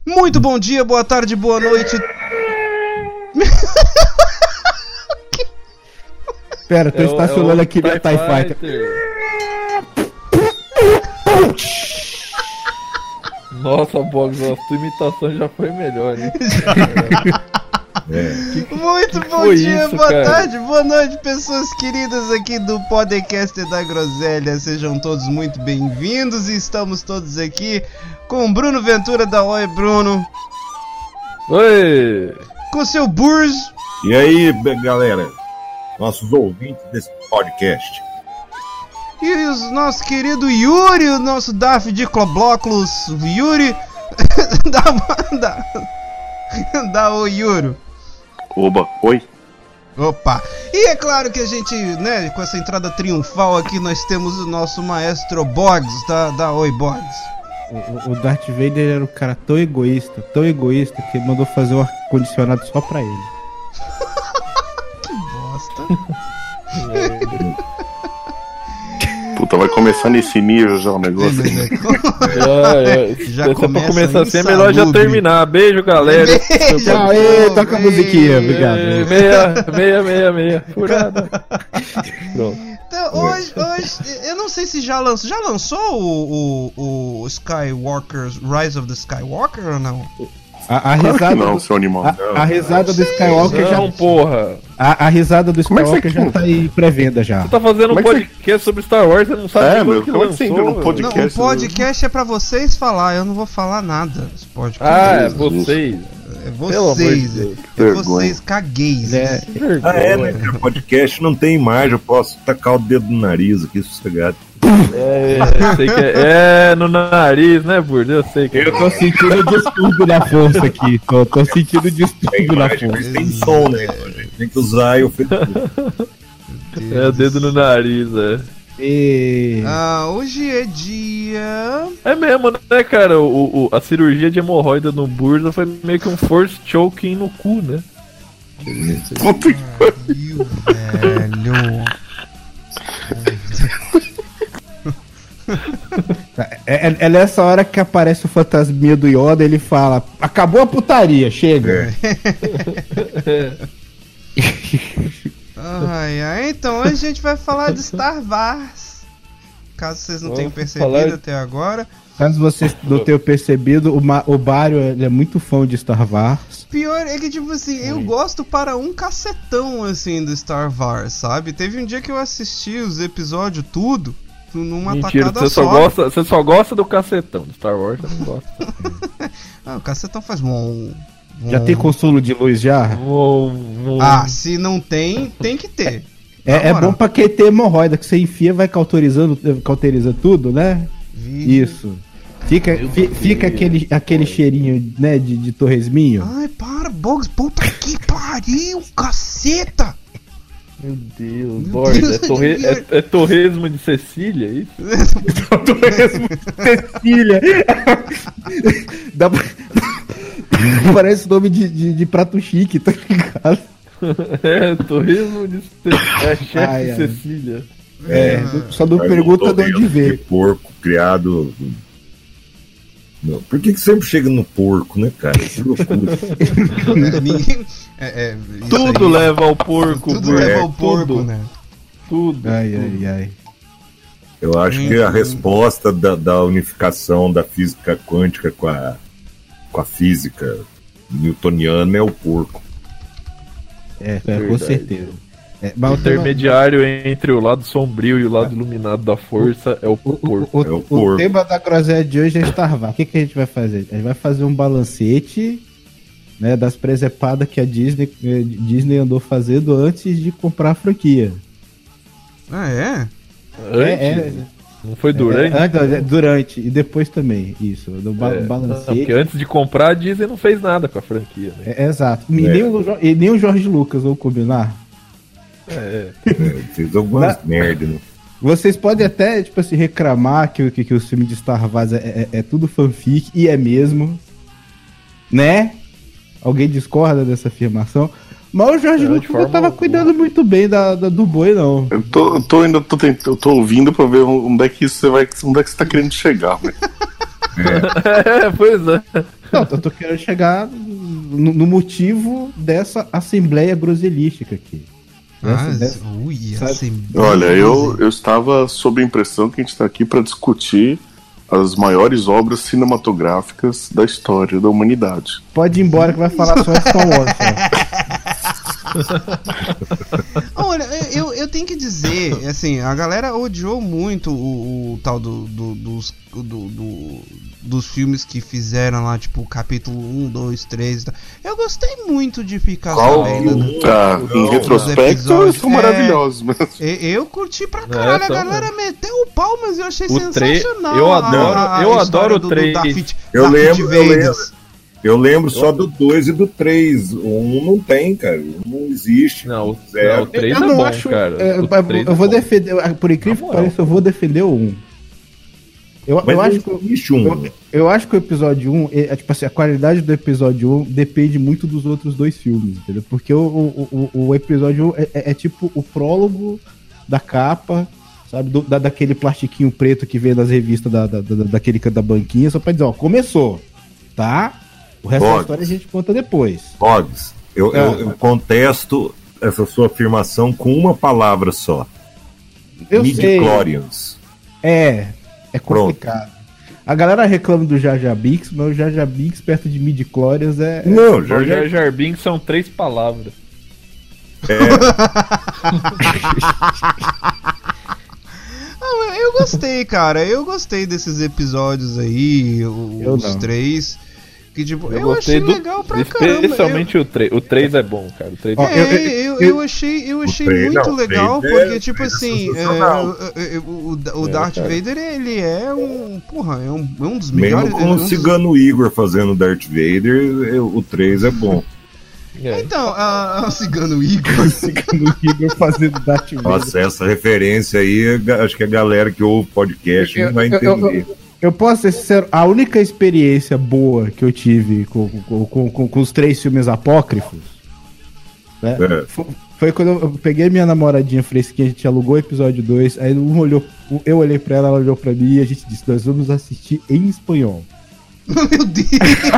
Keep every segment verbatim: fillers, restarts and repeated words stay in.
Muito bom dia, boa tarde, boa noite. Pera, tô é estacionando é aqui minha TIE Fighter. Fighter. Nossa, Boggs, a tua imitação já foi melhor, hein? É. Que, Muito que bom dia, isso, boa cara? tarde, boa noite, pessoas queridas aqui do podcast da Groselha. Sejam todos muito bem-vindos e estamos todos aqui com Bruno Ventura da Oi, Bruno. Oi! Com seu Burs. E aí, galera, nossos ouvintes desse podcast. E o nosso querido Yuri, o nosso Daf de Cloblóculos, Yuri, da, da, da Oi, Yuri. Oba, oi. Opa! E é claro que a gente, né, com essa entrada triunfal aqui, nós temos o nosso maestro Boggs, da, da Oi, Boggs. O, o Darth Vader era um cara tão egoísta, tão egoísta, que mandou fazer um ar-condicionado só pra ele. Que bosta. Puta, vai começar nesse nível já o negócio. É, é, já começa pra começar assim, é melhor já terminar. Beijo, galera. Beijo, Aê, toca a musiquinha, obrigado. Meia, meia, meia, meia. Furada. Pronto. Então, hoje, hoje, eu não sei se já lançou. Já lançou o, o, o Skywalker, Rise of the Skywalker ou não? A, a risada não, do, seu animal. A, a risada do Skywalker não, já. porra. A, a risada do Skywalker é já tá em pré-venda já. Você tá fazendo um podcast você... sobre Star Wars, você não sabe é, meu, que como lançou. É que um podcast, não, o podcast é pra vocês falar, eu não vou falar nada. Podcast. Ah, é vocês. É vocês. De é vocês, cagueis. É... Ah, é, né? O podcast não tem imagem, eu posso tacar o dedo no nariz aqui, sossegado. É, eu sei que é, é no nariz, né, Burdo? Eu sei que eu tô sentindo o distúrbio da força aqui. Tô, tô sentindo o distúrbio da força. Mas tem som, né? Tem que usar eu fico. É o dedo no nariz, é. E... Ah, hoje é dia. É mesmo, né, cara? O, o, a cirurgia de hemorroida no Burda foi meio que um force choking no cu, né? Puta que pariu, velho. É, é nessa hora que aparece o fantasminha do Yoda, ele fala: acabou a putaria, chega. É. Ai, ai, então hoje a gente vai falar de Star Wars. Caso vocês não Vamos tenham percebido falar... até agora. Caso vocês não tenham percebido, o, Ma- o Bário ele é muito fã de Star Wars. Pior é que, tipo assim, eu gosto para um cacetão, assim, do Star Wars, sabe? Teve um dia que eu assisti os episódios tudo numa Mentira, tacada você só. Só gosta, você só gosta do cacetão. Do Star Wars você não gosta. Ah, o cacetão faz bom. Já tem consolo de luz já? Bom, bom. Ah, se não tem, tem que ter. É, é bom pra quem tem hemorroida, que você enfia, vai cauterizando, cauteriza tudo, né? Vídeo. Isso. Fica, fi, fica aquele, aquele cheirinho, né, de, de torresminho. Ai, para, Boggs, puta que pariu, caceta! Meu Deus, Borda, é, torre, é, é torresmo de Cecília, é isso? Torresmo de Cecília! Dá pra... Parece nome de, de, de prato chique, tá ligado? É, torresmo de Cecília, é chefe ai, de ai. Cecília. É, é, só não pergunta de onde veio. De porco criado... Não. Por que que sempre chega no porco, né, cara? Que loucura. é, ninguém, é, é, tudo aí, leva ao porco, Tudo é, leva ao porco, tudo, né? Tudo. Ai, tudo. ai, ai. Eu acho que a resposta da, da unificação da física quântica com a, com a física newtoniana é o porco. É, é com certeza. É, o intermediário uma... entre o lado sombrio e o lado iluminado da força é o porco. O, o, é o, o, o tema da groselha de hoje é Star Wars. O que, que a gente vai fazer? A gente vai fazer um balancete, né, das presepadas que a Disney, Disney andou fazendo antes de comprar a franquia. Ah, é? Antes? É, é. Não foi durante? É, é, durante, e depois também, isso. Do ba- é, balancete. Não, porque antes de comprar, a Disney não fez nada com a franquia. Né? É, exato. E, nem o, e nem o Jorge Lucas, vamos combinar? É, é, fez algumas Na... merda, né? Vocês podem até, tipo assim, reclamar que, que, que o filme de Star Wars é, é, é tudo fanfic, e é mesmo, né? Alguém discorda dessa afirmação? Mas o Jorge é, Lucas não tava cuidando muito bem da, da, do boi, não. Eu tô, eu tô ainda tô, tentando, eu tô ouvindo pra ver onde é que você vai, onde é que você tá querendo chegar, velho. É. é, pois é. Não, eu tô querendo chegar no, no motivo dessa assembleia groselística aqui. Ah, Dessa- dessa- ui, sabe? assim, Olha, eu, eu estava sob a impressão que a gente está aqui para discutir as maiores obras cinematográficas da história da humanidade. Pode ir embora que vai falar só de Star Wars. Só. Olha, eu, eu tenho que dizer, assim, a galera odiou muito o, o tal do, do- dos, do- do- dos filmes que fizeram lá, tipo, capítulo um, dois, três e tal. Eu gostei muito de ficar Qual sabendo. filme? Ah, em não, retrospecto, episódios, são é. maravilhosos, mas Eu, eu curti pra caralho, a são galera meteu o pau, mas eu achei O três- sensacional. eu a- adoro- a- a eu história adoro o do- do três. Darth- Eu Darth lembro, eu Vader. lembro. Eu lembro só do dois e do três. O um não tem, cara. O um não existe. Não, o, Zero. não, o três Eu é não bom, acho. cara. é, O eu- três eu é vou bom. defender, por incrível que Na moral. pareça, eu vou defender o um. Eu, Mas eu não acho que. existe um. Eu, eu acho que o episódio um, é, é, tipo assim, a qualidade do episódio um depende muito dos outros dois filmes, entendeu? Porque o, o, o, o episódio um é, é- é tipo o prólogo da capa, sabe? Do- da, daquele plastiquinho preto que vem nas revistas da, da, da- daquele da banquinha, só pra dizer, ó, começou, tá? O resto da Boggs. história a gente conta depois. Boggs, eu, Ah. eu, eu contesto essa sua afirmação com uma palavra só. Eu sei. Midi-chlorians. É, é Pronto. complicado. A galera reclama do Jar Jar Binks, mas o Jar Jar Binks perto de midi-chlorians é... Não, O já, já, Jar Jar Binks são três palavras. é, Não, eu gostei, cara. Eu gostei desses episódios aí, o- Eu os não. três. Que tipo, eu, Eu, gostei achei do. legal pra caramba. Especialmente o três. O três é bom, cara. O três Ó, É, eu- eu, eu- eu, achei, eu achei três- muito não, o legal, três é- porque, tipo o três é assim, sensacional. é, é, é, o, o É, Darth cara. Vader, ele é um. Porra, é um, é um dos mesmo melhores. com é um o dos- Cigano Igor fazendo Darth Vader, eu- o três é bom. é. Então, a, a Cigano Igor. no Igor fazendo Darth Vader. Nossa, essa referência aí, acho que a galera que ouve podcast não vai Eu- eu- entender. Eu posso ser sincero, a única experiência boa que eu tive com, com, com, com- com os três filmes apócrifos, né, É. fo- foi quando eu peguei minha namoradinha fresquinha, a gente alugou o episódio dois, aí um olhou, eu olhei pra ela, ela olhou pra mim e a gente disse, nós vamos assistir em espanhol. Meu Deus!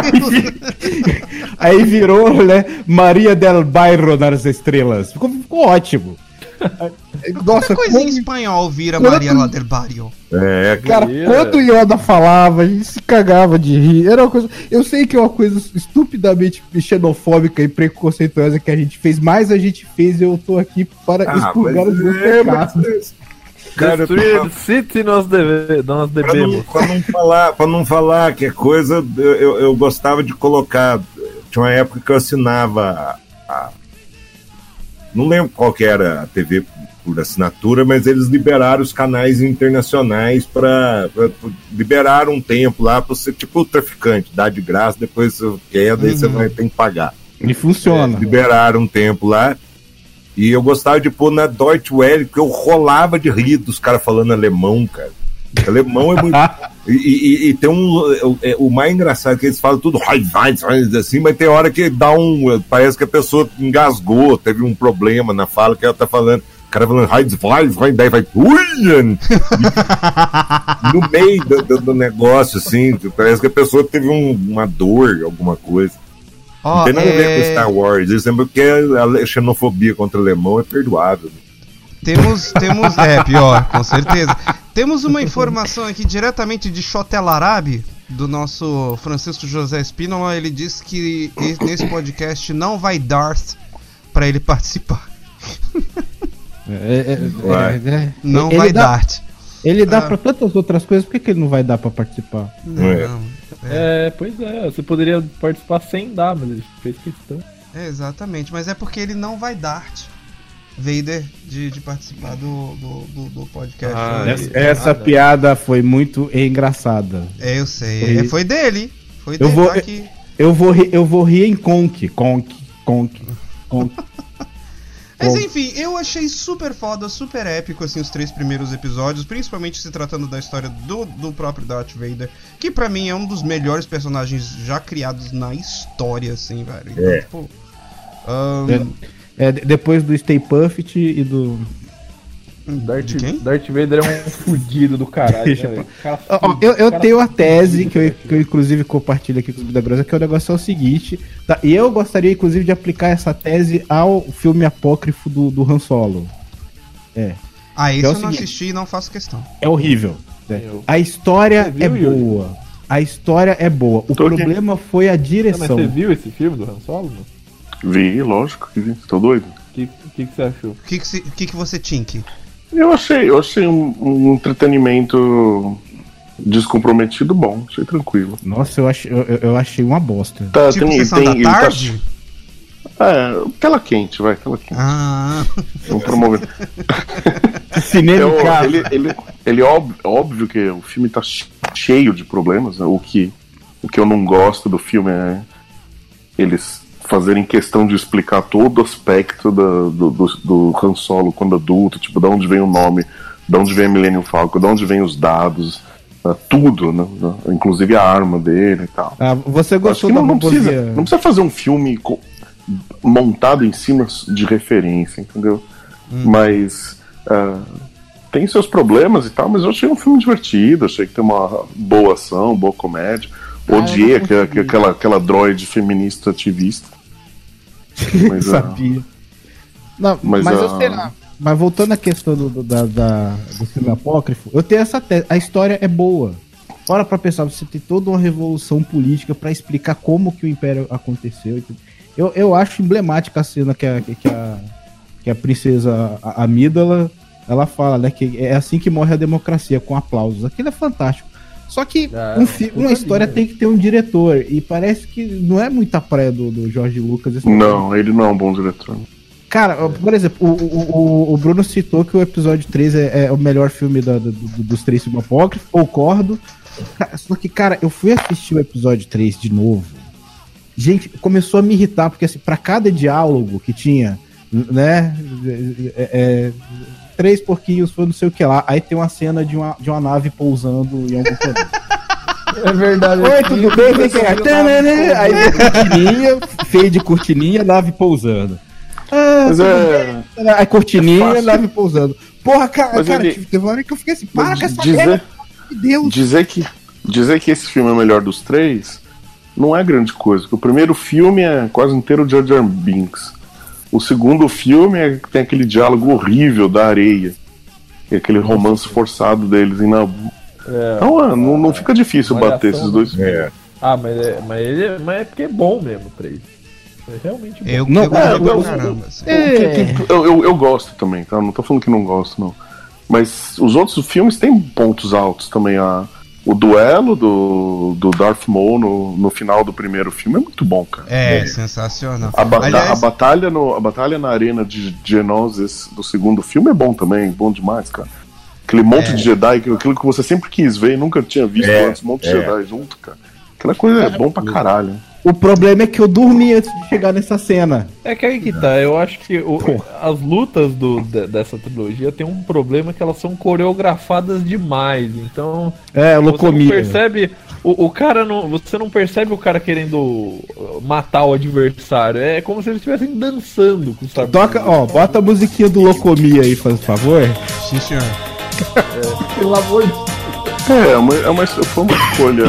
Aí virou, né, Maria del Bairro nas Estrelas. Ficou, ficou ótimo. Nossa, Qualquer coisa em como- espanhol vira quando- Maria lá del Barrio. É, Cara, Queria- quando o Yoda falava, a gente se cagava de rir. Era uma coisa. Eu sei que é uma coisa estupidamente xenofóbica e preconceituosa que a gente fez, mas a gente fez e eu tô aqui para Ah, expurgar mas os meus é, pecados. mas- Cara, Destruir City nós, deve, nós Pra não, devemos. pra não falar, pra não falar que é coisa, eu, eu, eu gostava de colocar. Tinha uma época que eu assinava a, a- não lembro qual que era a T V por assinatura, mas eles liberaram os canais internacionais para liberar um tempo lá para você, tipo o traficante, dá de graça, depois você queda e você Uhum. vai ter que pagar. E funciona. Liberaram um tempo lá. E eu gostava de pôr na Deutsche Welle, porque eu rolava de rir dos caras falando alemão, cara. Alemão é muito. E, e- e tem um. é, o mais engraçado é que eles falam tudo assim, mas tem hora que dá um. Parece que a pessoa engasgou, teve um problema na fala que ela tá falando. O cara falando, daí vai. Ui! No meio do, do- do negócio, assim, parece que a pessoa teve um- uma dor, alguma coisa. Ó, Não tem nada a ver é, com Star Wars, isso é porque a xenofobia contra o alemão é perdoável. Temos, temos, é pior, com certeza. Temos uma informação aqui diretamente de Chotelarabe, do nosso Francisco José Espínola. Ele disse que e- nesse podcast não vai Darth pra ele participar. É, é, Vai. é, é. Não Ele vai dá- Darth. Ele dá Ah. pra tantas outras coisas, por que, que ele não vai dar pra participar? Não, É. não. É, pois é, você poderia participar sem dar, mas ele fez questão. É, exatamente, mas é porque ele não vai Darth Vader de, de participar do, do, do, do podcast. Ah, né? Essa, essa Ah, não. piada foi muito engraçada. É, eu sei. Foi- É, foi dele. Foi Eu dele. vou- tá aqui. Eu vou rir, eu vou rir em conk, conk, conk, conk. Mas Bom. enfim, eu achei super foda, super épico, assim, os três primeiros episódios, principalmente se tratando da história do, do próprio Darth Vader, que pra mim é um dos melhores personagens já criados na história, assim, velho. Então, É. tipo, ahn, É, de- depois do Stay Puft e do. Darth, quem? Darth Vader é um fudido do caralho. Deixa Né, eu- velho? Cara Ó, fudido, eu, eu cara tenho a fudido. tese que eu, que eu inclusive compartilho aqui com o Clube da Grossa, que o negócio é o seguinte, tá? E eu gostaria inclusive de aplicar essa tese ao filme apócrifo do, do Han Solo. É, Ah, isso É o eu não seguinte. assisti e não faço questão. é horrível. né? Eu- A história Você viu, é Yuri? boa. A história é boa. O Tô aqui. problema foi a Não, mas direção. você viu esse filme do Han Solo? Mano? Vi, lógico que vi. Tô doido. O que, que, que você achou? O que que, se- que que você tinha aqui? Eu achei, eu achei um, um entretenimento descomprometido bom, achei tranquilo. Nossa, eu achei, eu, eu achei uma bosta. Tá, Tipo, tem, sessão tem, da ele tá- tarde? é, tela quente, vai, tela quente. Ah, Vamos promover. Cinema em Eu- casa. ele, ele, ele é óbvio, óbvio que o filme tá che- cheio de problemas, né? O que, o que eu não gosto do filme é eles fazerem questão de explicar todo o aspecto da- do, do, do Han Solo quando adulto, tipo, de onde vem o nome, de onde vem a Millennium Falcon, de onde vem os dados, né? Tudo, né? Inclusive a arma dele e tal. Ah, você Acho gostou que da não, não, precisa, robozia? não precisa fazer um filme co- montado em cima de referência, entendeu? Mas ah, tem seus problemas e tal, mas eu achei um filme divertido, achei que tem uma boa ação, boa comédia. Ah, Odiei eu não aquela, consegui. aquela, aquela droid feminista ativista. Mas, ah, Sabia. Não, mas, mas, eu ah, sei lá. Mas voltando à questão do, do, da, da- do filme apócrifo, eu tenho essa tese. A história é boa. Bora pra pensar, você tem toda uma revolução política pra explicar como que o Império aconteceu. e tudo. Eu, eu acho emblemática a cena que a, que que a, que a princesa a- Amídala, ela fala, né, que é assim que morre a democracia, com aplausos. Aquilo é fantástico. Só que Ah, um fi- puta uma história linha. tem que ter um diretor, e parece que não é muita praia do, do Jorge Lucas. esse não, ele não é um bom diretor. Cara, ó, por exemplo, o, o, o- o Bruno citou que o episódio três é, é o melhor filme da- do- do- dos três filmes apócrifos, concordo. Ca- Só que, cara, eu fui assistir o episódio três de novo. Gente, começou a me irritar, porque assim, pra cada diálogo que tinha, né, é, é, três porquinhos foi não sei o que lá, aí tem uma cena de uma, de uma nave pousando em algum planeta. É verdade. Oi, tudo bem? Vem cá. Tanana. Aí vem cortininha, feio de cortininha, nave pousando. Ah, Mas é. aí cortininha, É fácil. nave pousando. Porra, cara, Mas cara ele- teve uma hora que eu fiquei assim, para com essa dizer, merda, meu Deus. dizer, que, dizer que esse filme é o melhor dos três não é grande coisa. Porque o primeiro filme é quase inteiro de Jar Jar Binks. O segundo filme é, tem aquele diálogo horrível da areia. E aquele romance forçado deles em Nabu. É, Então, é, não, não fica difícil Malhação, bater esses dois filmes. É. Ah, mas é, mas, ele é, mas é porque é bom mesmo, o três. É realmente bom. eu, Não, eu gostei é, pra eu- caramba. assim. É, Eu, eu, eu gosto também, tá? Não tô falando que não gosto, não. Mas os outros filmes têm pontos altos também. A, o duelo do, do Darth Maul no, no final do primeiro filme é muito bom, cara. É, sensacional. A, bata- Aliás, a, batalha no, a batalha na arena de Geonosis do segundo filme é bom também, bom demais, cara. Aquele monte É. de Jedi, aquilo que você sempre quis ver e nunca tinha visto É, antes, um monte de é. Jedi junto, cara. Aquela coisa é bom pra caralho. o problema é que eu dormi antes de chegar nessa cena. É que aí que tá, eu acho que o- as lutas do, de- dessa trilogia tem um problema que elas são coreografadas demais, então É, eu você não locomia. percebe, o, o cara não, você não percebe o cara querendo uh, matar o adversário, é como se eles estivessem dançando com o Star Toca, ó, bota a musiquinha do Locomia aí, faz favor. sim, senhor. pelo amor de É, é uma, é uma, foi uma escolha.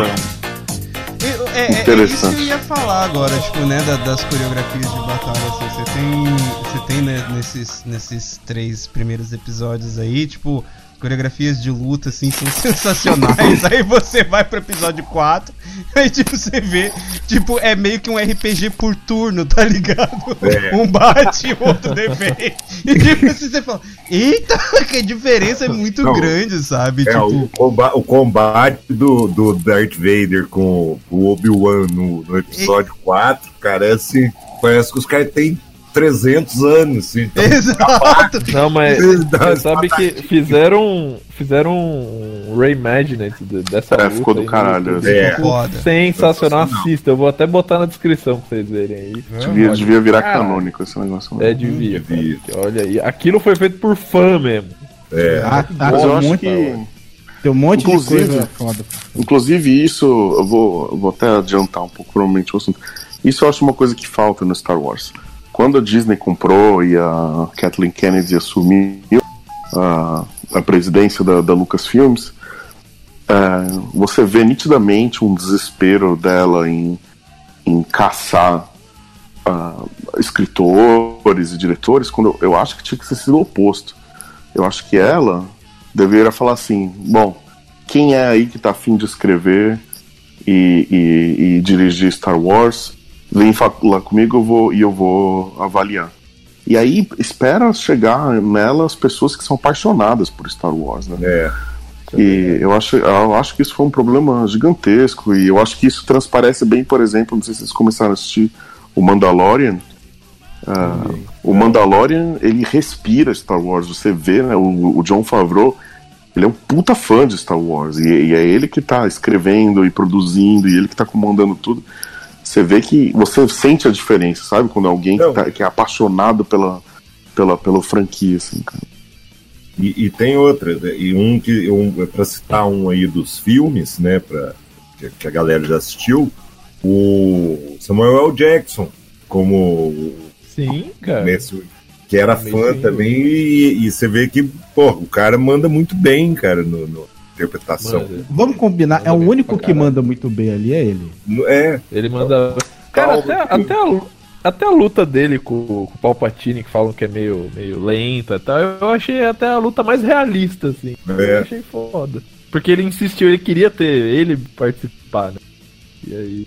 Eu- É, é- é Interessante. isso que eu ia falar agora, tipo, né, da- das coreografias de batalha, assim, você tem, você tem né, nesses, nesses três primeiros episódios aí, tipo, coreografias de luta, assim, são sensacionais, aí você vai pro episódio quatro, aí, tipo, você vê, tipo, é meio que um R P G por turno, tá ligado? É. Um bate, o outro defende, e tipo, assim, você fala, eita, que a diferença é muito Não, grande, sabe? É, tipo, o, comba- o combate do, do Darth Vader com o Obi-Wan no, no episódio quatro, cara, é assim, parece que os caras têm trezentos anos, assim, então, exato. Não, mas Eles dão você as sabe que fizeram fizeram um Reimaginet de- dessa É, luta ficou do aí no caralho. YouTube. É. Foda. Sensacional, assista. Eu vou até botar na descrição pra vocês verem aí. Devia, devia virar Cara, canônico esse negócio. É, devia. Devia. cara. Olha aí. Aquilo foi feito por fã mesmo. é, Ah, tá, Mas tem eu um acho monte, que. tem um monte de Inclusive- coisa foda. Inclusive, isso, eu vou, eu vou até adiantar um pouco, provavelmente, o assunto. Isso eu acho uma coisa que falta no Star Wars. Quando a Disney comprou e a Kathleen Kennedy assumiu, a, a presidência da, da Lucasfilmes, é, você vê nitidamente um desespero dela em, em caçar uh, escritores e diretores, quando eu, eu acho que tinha que ser sido o oposto. Eu acho que ela deveria falar assim, bom, quem é aí que tá afim de escrever e, e, e dirigir Star Wars, vem falar comigo eu vou, e eu vou avaliar. E aí espera chegar nela as pessoas que são apaixonadas por Star Wars, né? É. E eu acho, eu acho que isso foi um problema gigantesco, e eu acho que isso transparece bem, por exemplo, não sei se vocês começaram a assistir o Mandalorian. Uh, o Mandalorian, ele respira Star Wars, você vê, né, o, o Jon Favreau, ele é um puta fã de Star Wars, e, e é ele que tá escrevendo e produzindo, e ele que tá comandando tudo. Você vê que, você sente a diferença, sabe, quando alguém que, tá, que é apaixonado pela, pela, pela franquia, assim, cara. E, e tem outra, e um que, um, pra citar um aí dos filmes, né, pra, que, que a galera já assistiu, o Samuel L. Jackson, como... Sim, cara. Nesse, que era fã sim. também, e, e você vê que, pô, o cara manda muito bem, cara, no, no interpretação. Manda. Vamos combinar, manda é o único que manda muito bem ali, é ele. É. Ele manda... Cara, até, até, a, até a luta dele com, com o Palpatine, que falam que é meio, meio lenta e tal, eu achei até a luta mais realista, assim. É. Eu achei foda. Porque ele insistiu, ele queria ter ele participar, né? E aí...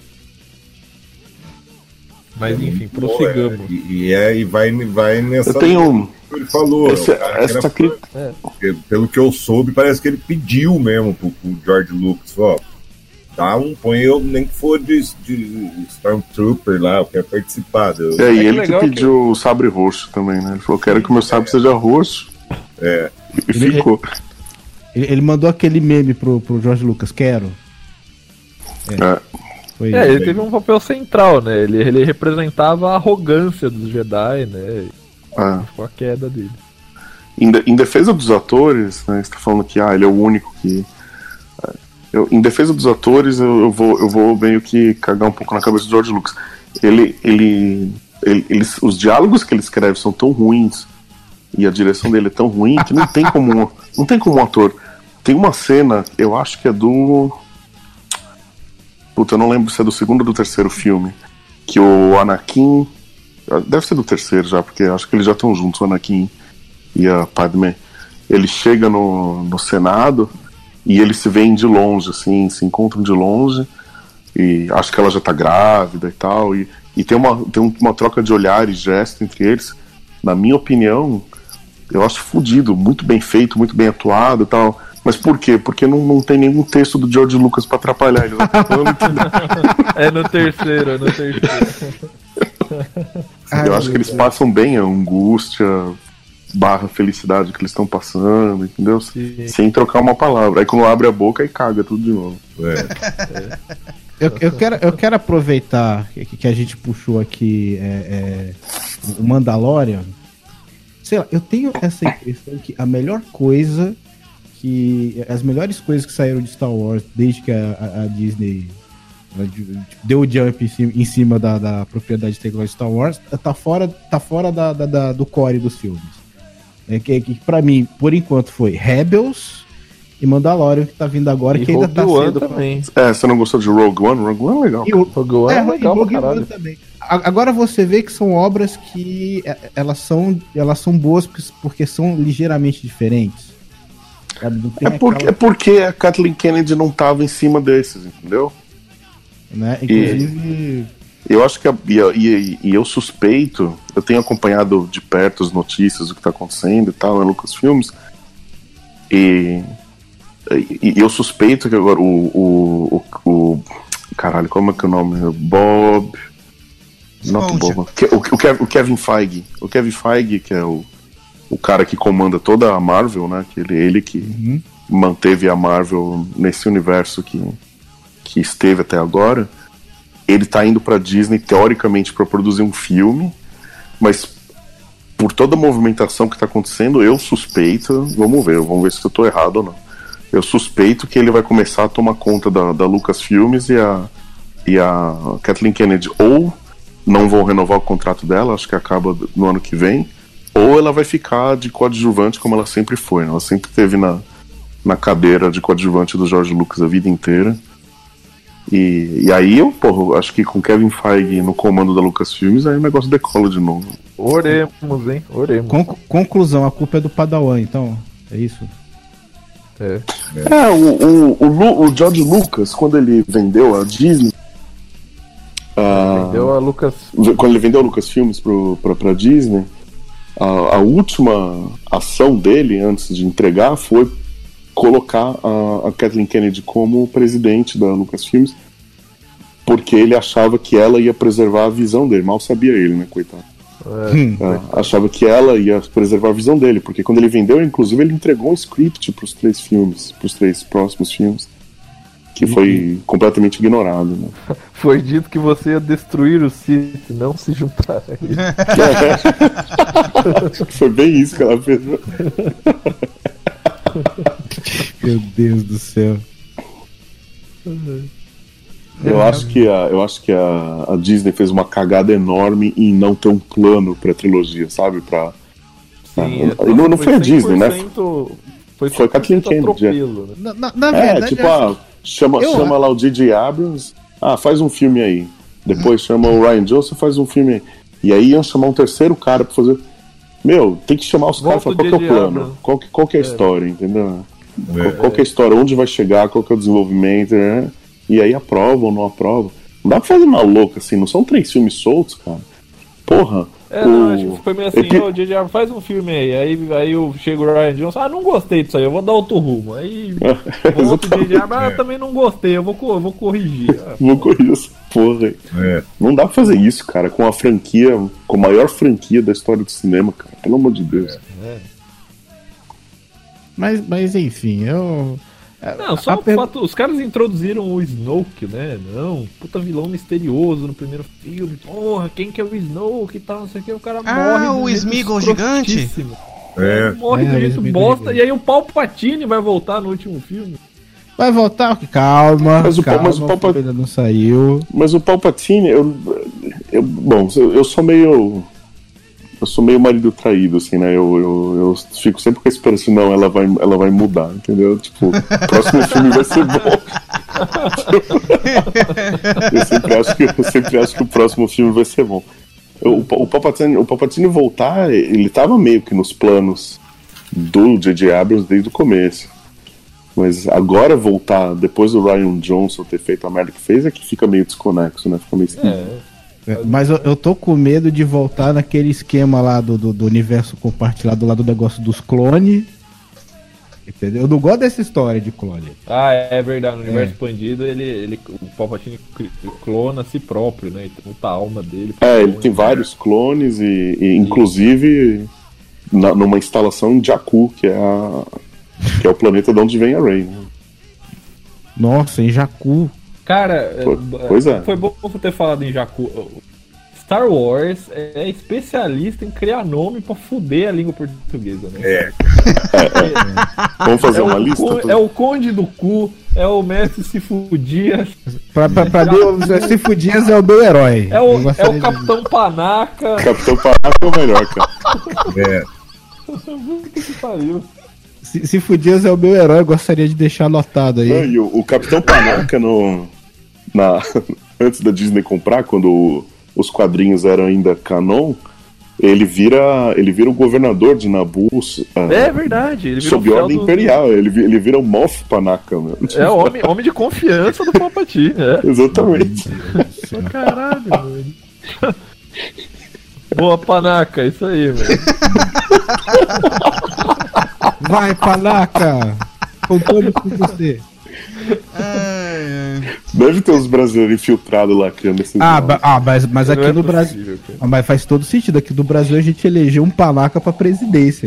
Mas enfim, prossigamos. É, e, e, é, e vai, vai nessa. Eu tenho. Que ele falou. Esse, essa era, cri... é. Pelo que eu soube, parece que ele pediu mesmo pro, pro George Lucas: ó, dá um, põe eu, nem que for de, de Stormtrooper lá, eu quero participar. Eu... É, e é ele que, que pediu que... o sabre roxo também, né? Ele falou: quero que o meu sabre é. seja roxo. É. E ele, ficou. Ele, ele mandou aquele meme pro, pro George Lucas: quero. É. é. Foi é, ele teve um papel central, né? Ele, ele representava a arrogância dos Jedi, né? Ah. Ficou a queda dele. Em, de, em defesa dos atores, né? Você tá falando que ah, ele é o único que. Eu, em defesa dos atores, eu, eu, vou, eu vou meio que cagar um pouco na cabeça do George Lucas. Ele, ele, ele, eles, os diálogos que ele escreve são tão ruins e a direção dele é tão ruim que não tem como, não tem como um ator. Tem uma cena, eu acho que é do. Puta, eu não lembro se é do segundo ou do terceiro filme. Que o Anakin... Deve ser do terceiro já, porque acho que eles já estão juntos, o Anakin e a Padmé. Ele chega no, no Senado e eles se veem de longe, assim, se encontram de longe. E acho que ela já tá grávida e tal. E, e tem, uma, tem uma troca de olhar e gesto entre eles. Na minha opinião, eu acho fodido. Muito bem feito, muito bem atuado e tal. Mas por quê? Porque não, não tem nenhum texto do George Lucas pra atrapalhar ele. É no terceiro, é no terceiro. Ai, eu acho que eles Deus. passam bem a angústia barra felicidade que eles estão passando, entendeu? Sim. Sem trocar uma palavra. Aí quando abre a boca, aí caga tudo de novo. É. É. Eu, eu, quero, eu quero aproveitar que, que a gente puxou aqui é, é, o Mandalorian. Sei lá, eu tenho essa impressão que a melhor coisa... que as melhores coisas que saíram de Star Wars desde que a, a, a Disney deu o jump em cima, em cima da, da propriedade tecnológica de Star Wars, tá fora, tá fora da, da, da, do core dos filmes. É que, que pra mim, por enquanto, foi Rebels e Mandalorian, que tá vindo agora, e que ainda tá Rogue sendo... One também. É, você não gostou de Rogue One? Rogue One é legal. E o, Rogue One é, é legal Rogue pra caralho. One também. Agora você vê que são obras que elas são, elas são boas porque são ligeiramente diferentes. É porque, aquela... é porque a Kathleen Kennedy não tava em cima desses, entendeu? Né? Inclusive. E eu acho que. A, e, e, e eu suspeito, eu tenho acompanhado de perto as notícias do que tá acontecendo e tal, na Lucasfilmes. E, e, e eu suspeito que agora o, o, o, o. Caralho, como é que é o nome? Bob. Não, Bob. O, o, o Kevin Feige. O Kevin Feige, que é o. O cara que comanda toda a Marvel, né? Que ele, ele que uhum. manteve a Marvel nesse universo que, que esteve até agora. Ele tá indo pra Disney, teoricamente, para produzir um filme, mas por toda a movimentação que tá acontecendo, eu suspeito, vamos ver, vamos ver se eu tô errado ou não. Eu suspeito que ele vai começar a tomar conta da, da Lucasfilmes e a, e a Kathleen Kennedy ou não vão renovar o contrato dela, acho que acaba no ano que vem, ou ela vai ficar de coadjuvante como ela sempre foi, né? Ela sempre teve na, na cadeira de coadjuvante do George Lucas a vida inteira. E, e aí eu, porra, acho que com Kevin Feige no comando da Lucasfilmes, aí o negócio decola de novo. Oremos, hein? Oremos. Con- conclusão, a culpa é do Padawan, então. É isso? É, é o, o, o, Lu, o George Lucas, quando ele vendeu a Disney. Vendeu a Lucas. Quando ele vendeu a Lucasfilmes pro, pra, pra Disney, a, a última ação dele, antes de entregar, foi colocar a, a Kathleen Kennedy como presidente da Lucasfilmes, porque ele achava que ela ia preservar a visão dele. Mal sabia ele, né, coitado. É, é, achava que ela ia preservar a visão dele, porque quando ele vendeu, inclusive, ele entregou um script pros três filmes, pros três próximos filmes, que foi completamente ignorado, né? Foi dito que você ia destruir o Sith, não se juntar a ele. É. Foi bem isso que ela fez. Meu Deus do céu. Eu acho que a, eu acho que a, a Disney fez uma cagada enorme em não ter um plano pra trilogia, sabe? Pra, Sim, ah, não, não foi a Disney, né? Foi, foi a Kathleen Kennedy. Atropelo, né? Na, na, na É, verdade, tipo, ah, chama, eu- chama lá o J J Abrams, ah, faz um filme aí. Depois chama o Ryan Johnson, faz um filme aí. E aí iam chamar um terceiro cara pra fazer. Meu, tem que chamar os caras e falar Volta qual que é o J J plano, Abrams. qual que, qual que é a É. história, entendeu? Qual, qual que é a história, onde vai chegar, qual que é o desenvolvimento, né? E aí aprova ou não aprova. Não dá pra fazer uma louca assim, não são três filmes soltos, cara. Porra. É, o... não, acho que foi meio assim, Epi- ô, J J Abrams, faz um filme aí. Aí, aí eu chego o Ryan Johnson, ah, não gostei disso aí, eu vou dar outro rumo. Aí volta o J J Abrams, ah, eu também não gostei, eu vou, co- eu vou corrigir. Ah, Vou corrigir essa porra aí. É. Não dá pra fazer isso, cara, com a franquia, com a maior franquia da história do cinema, cara. Pelo amor de Deus. Mas, mas enfim, eu. Não, só a o per- fato, os caras introduziram o Snoke, né? Não, puta vilão misterioso no primeiro filme. Porra, quem que é o Snoke e tal, não sei o que, o cara Ah, morre. o do jeito Smeagol gigante? escrotíssimo. É. Morre É, do o jeito Smeagol bosta, gigante. e aí o Palpatine vai voltar no último filme. Vai voltar? Calma, Mas o calma, Pal- mas o Palpa- ainda não saiu. Mas o Palpatine, eu, eu bom, eu, eu sou meio, eu sou meio marido traído, assim, né? Eu, eu, eu fico sempre com a esperança, não, ela vai, ela vai mudar, entendeu? Tipo, o próximo filme vai ser bom. eu sempre acho que, eu sempre acho que o próximo filme vai ser bom. O, o Palpatine, o Palpatine voltar, ele tava meio que nos planos do J J Abrams desde o começo. Mas agora voltar, depois do Ryan Johnson ter feito a merda que fez, é que fica meio desconexo, né? Fica meio esquisito. É. É, Mas eu, eu tô com medo de voltar naquele esquema lá do, do, do universo compartilhado, lá do negócio dos clones. Entendeu? Eu não gosto dessa história de clone. Ah, é verdade, no universo É. expandido, ele, ele, o Palpatine cri- clona a si próprio, né? Então muita alma dele. É, ele tem vários clones e, e inclusive na- numa instalação em Jakku, que é, a, que é o planeta de onde vem a Rey. Né? Nossa, em Jakku. Cara, Pô, é, pois é. foi bom você ter falado em Jakku. Star Wars é especialista em criar nome pra fuder a língua portuguesa, né? É. Vamos fazer É uma o, lista? cu- é o Conde do Cu, é o Mestre se fudia, Pra, pra, pra mim, o Zé Cifo Dias é o meu herói. é Eu o, é gostaria o de- Capitão Panaca. Capitão Panaca é o melhor, cara. É. Puta que pariu. C- Cifo Dias é o meu herói, eu gostaria de deixar anotado aí. Não, e o, o Capitão Panaca, no, na, antes da Disney comprar, quando o- os quadrinhos eram ainda canon, ele vira, ele vira o governador de Naboo. ah, É verdade, ele virou sob fiel ordem do- imperial. Ele, vi- ele vira o Moff Panaca, mano. É o homem, homem de confiança do Palpatine, é. Exatamente. Pra caralho, mano. Boa, Panaca, isso aí, velho. Vai, Panaca! Contando com você. Ai, ai. Deve ter uns brasileiros infiltrados lá criando esses Ah, nomes. ba- ah, mas, mas aqui Não é no Brasil. possível, cara. Ah, mas faz todo sentido. Aqui no Brasil a gente elegeu um Panaca pra presidência.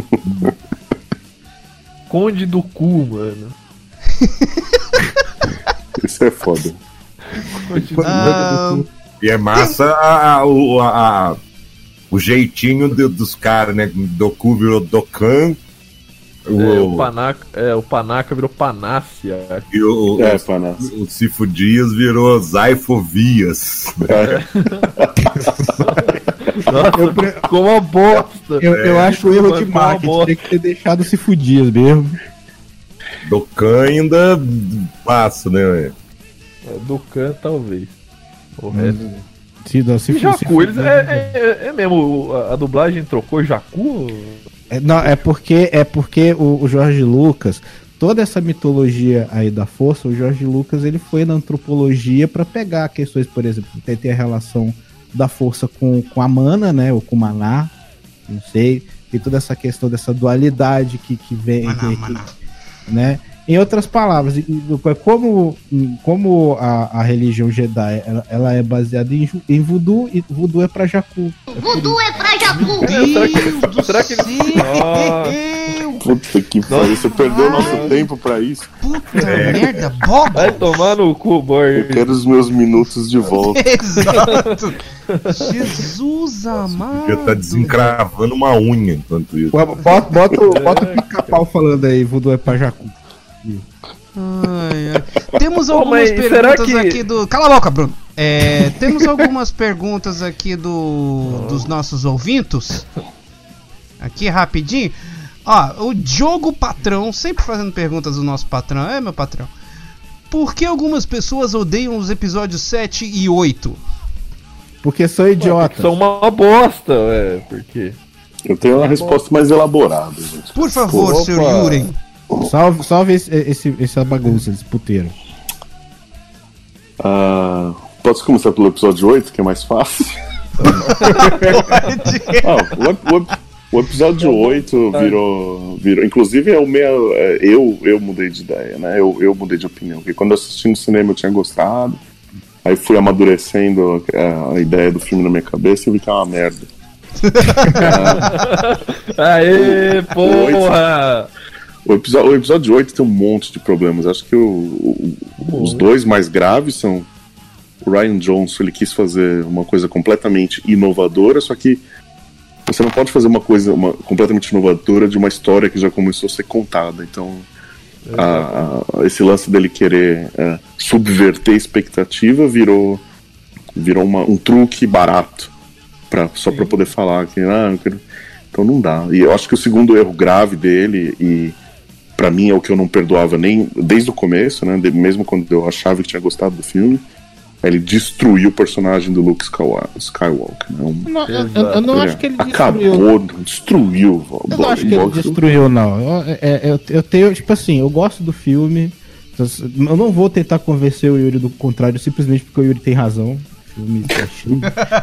Conde do Cu, mano. Isso é foda. Conde do Ah, E é massa a, a- o, a- a- o jeitinho de- dos caras, né? Doku virou Dokan. O, É, o Panaca, é, o Panaca virou Panácia. e o, É, o, Panas. o Cifo Dias virou Zaifovias. É. Nossa, eu pre- ficou uma bosta. Eu, eu É, acho erro de ficou uma marketing, bosta. teria que ter deixado se fudir mesmo. Dokkan ainda passa, né, velho? Do Khan, talvez. O resto. Se, não, se E for- se Jacu, eles, fuder, é, é, é mesmo, a, a dublagem trocou Jacu? É, não, é porque, é porque o, o Jorge Lucas, toda essa mitologia aí da força, o Jorge Lucas ele foi na antropologia para pegar questões, por exemplo, tem, tem a relação da força com, com a mana, né, ou com o maná, não sei, tem toda essa questão dessa dualidade que, que vem, Maná, que- maná. né? Em outras palavras, e- e como, como a, a religião Jedi ela, ela é baseada em, ju- em voodoo, e voodoo é pra Jacu. Voodoo é pra Jacu. Será que- Deus do será que ele- céu! Puta que pariu, você perdeu o nosso tempo pra isso. Puta merda, bobo! Vai tomar no cu, Eu boy. quero os meus minutos de volta. Exato! Jesus amado! Podia estar desencravando uma unha enquanto isso. Bota, bota, o- bota o pica-pau falando aí, voodoo é pra Jacu. Ai, ai. Temos Pô, algumas mas perguntas será que- aqui do. Cala a boca, Bruno! É, temos algumas perguntas aqui do dos nossos ouvintes. Aqui rapidinho. Ó, o Diogo Patrão, sempre fazendo perguntas do nosso patrão. É, meu patrão. Por que algumas pessoas odeiam os episódios sete e oito? Porque sou idiota. São uma bosta, é, porque... Eu tenho uma resposta mais elaborada, gente. Por favor, Opa. senhor Yuren. Salve, salve esse, esse, essa bagunça, esse puteiro. Ah, posso começar pelo episódio oito, que é mais fácil? Ah, o, ep- o ep- o episódio oito virou, virou. Inclusive, é o meu, é, eu, eu mudei de ideia, né? Eu, eu mudei de opinião. Porque quando eu assisti no cinema eu tinha gostado. Aí fui amadurecendo a, a ideia do filme na minha cabeça e vi que é uma merda. Aê, porra! O episódio, o episódio oito tem um monte de problemas. Acho que o, o- os dois mais graves são o Ryan Johnson, ele quis fazer uma coisa completamente inovadora, só que você não pode fazer uma coisa uma, completamente inovadora de uma história que já começou a ser contada. Então, a- a- esse lance dele querer é, subverter a expectativa virou, virou uma- um truque barato pra, só para poder falar que ah, eu quero... Então não dá. E eu acho que o segundo erro grave dele, e pra mim é o que eu não perdoava nem desde o começo, né? de- mesmo quando eu achava que tinha gostado do filme, ele destruiu o personagem do Luke Skywa- Skywalker. Né? Um- Não, eu, eu- eu não acho que ele destruiu. acabou, destruiu. Eu não acho que ele destruiu, não. Eu, é- eu, eu tenho, tipo assim, eu gosto do filme. Eu não vou tentar convencer o Yuri do contrário, simplesmente porque o Yuri tem razão. O filme é cheio.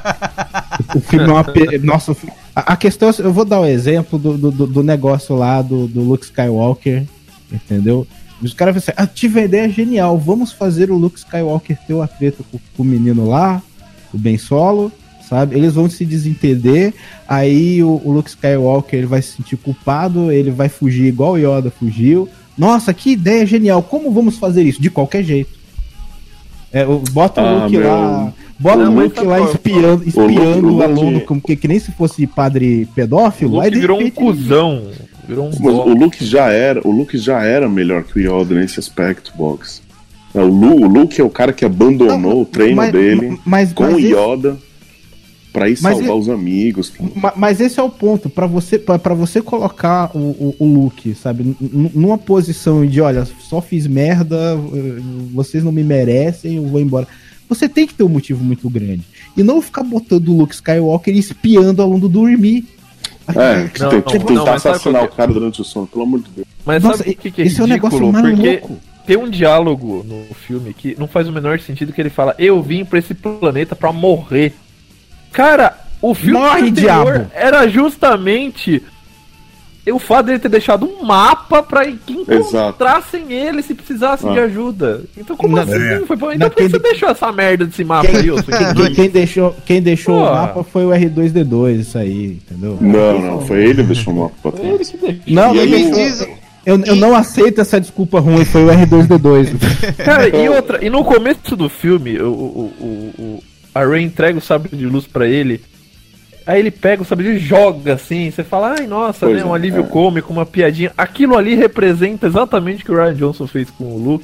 O filme é uma. pe- Nossa, o filme- a, a questão é. Eu vou dar o exemplo do, do, do negócio lá do, do Luke Skywalker, entendeu? Os caras falam assim: ah, tive uma ideia genial, vamos fazer o Luke Skywalker ter uma treta com, com o menino lá, o Ben Solo, sabe? Eles vão se desentender, aí o, o Luke Skywalker ele vai se sentir culpado, ele vai fugir igual o Yoda fugiu. Nossa, que ideia genial, como vamos fazer isso? De qualquer jeito. É, o- bota o Ah, Luke meu. lá, bota Não, o mas Luke tá lá bom. espiando, espiando o o Luke- aluno, como que, que nem se fosse padre O pedófilo. Luke aí de virou um repente, cuzão. Virou um Mas bosta. o Luke já era, o Luke já era melhor que o Yoda nesse aspecto, Box. É, O, Lu, o Luke é o cara que abandonou Não, o treino mas- dele mas- com mas o esse- Yoda pra ir Mas salvar e- os amigos. Ma- Mas esse é o ponto, pra você, pra, pra você colocar o, o, o Luke, sabe, n- n- numa posição de, olha, só fiz merda, eh, vocês não me merecem, eu vou embora. Você tem que ter um motivo muito grande. E não ficar botando o Luke Skywalker e espiando o aluno dormir. É, que Não, tem- não, tem- não, tentar mas sabe assassinar qual o que é? cara durante o sono, pelo amor de Deus. Mas Nossa, sabe o que, que é esse é um negócio ridículo? Porque maluco. tem um diálogo no filme que não faz o menor sentido, que ele fala: eu vim pra esse planeta pra morrer. Cara, o filme Morre, anterior diabo! era justamente o fato dele ter deixado um mapa pra que encontrassem ele se precisassem Ah. de ajuda. Então como Não, assim? é. Foi pra... Não, Então por que quem- você deixou essa merda desse mapa aí, ô seu Quem, doido? quem deixou, quem deixou Pô. o mapa foi o R dois D dois, isso aí, entendeu? Não, não, foi ele que deixou o mapa pra Foi ele trás. que deixou. Não, E eu, aí, eu, dizem- eu, eu não aceito essa desculpa ruim, foi o R dois D dois. Cara, e outra, e no começo do filme, o, o, o, o- a Rey entrega o sabre de luz pra ele. aí ele pega o sabre e joga assim, você fala, ai nossa, Pois né, um é, alívio é. cômico, uma piadinha. Aquilo ali representa exatamente o que o Rian Johnson fez com o Luke.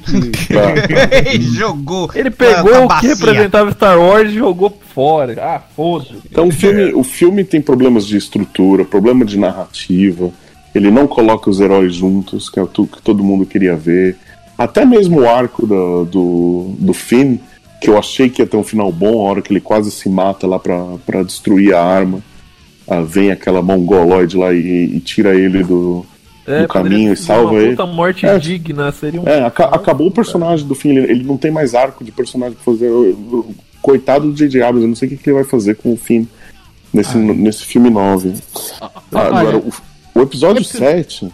Ele jogou. Ele pra- pegou pra o que bacia. representava Star Wars e jogou fora. Ah, foda-se. Então o filme, o filme tem problemas de estrutura, problema de narrativa. Ele não coloca os heróis juntos, que é o tu- que todo mundo queria ver. Até mesmo o arco da- do, do Finn, que eu achei que ia ter um final bom, a hora que ele quase se mata lá pra, pra destruir a arma. Ah, vem aquela mongoloide lá e, e tira ele do, É, do caminho poderia e ser salva uma ele. puta morte É. digna, seria um... É, aca- acabou o personagem do Finn, ele, ele não tem mais arco de personagem pra fazer. Eu- eu- Coitado do J J Abrams, eu não sei o que, que ele vai fazer com o Finn nesse, nesse filme nove. Ah, agora, o, o episódio sete,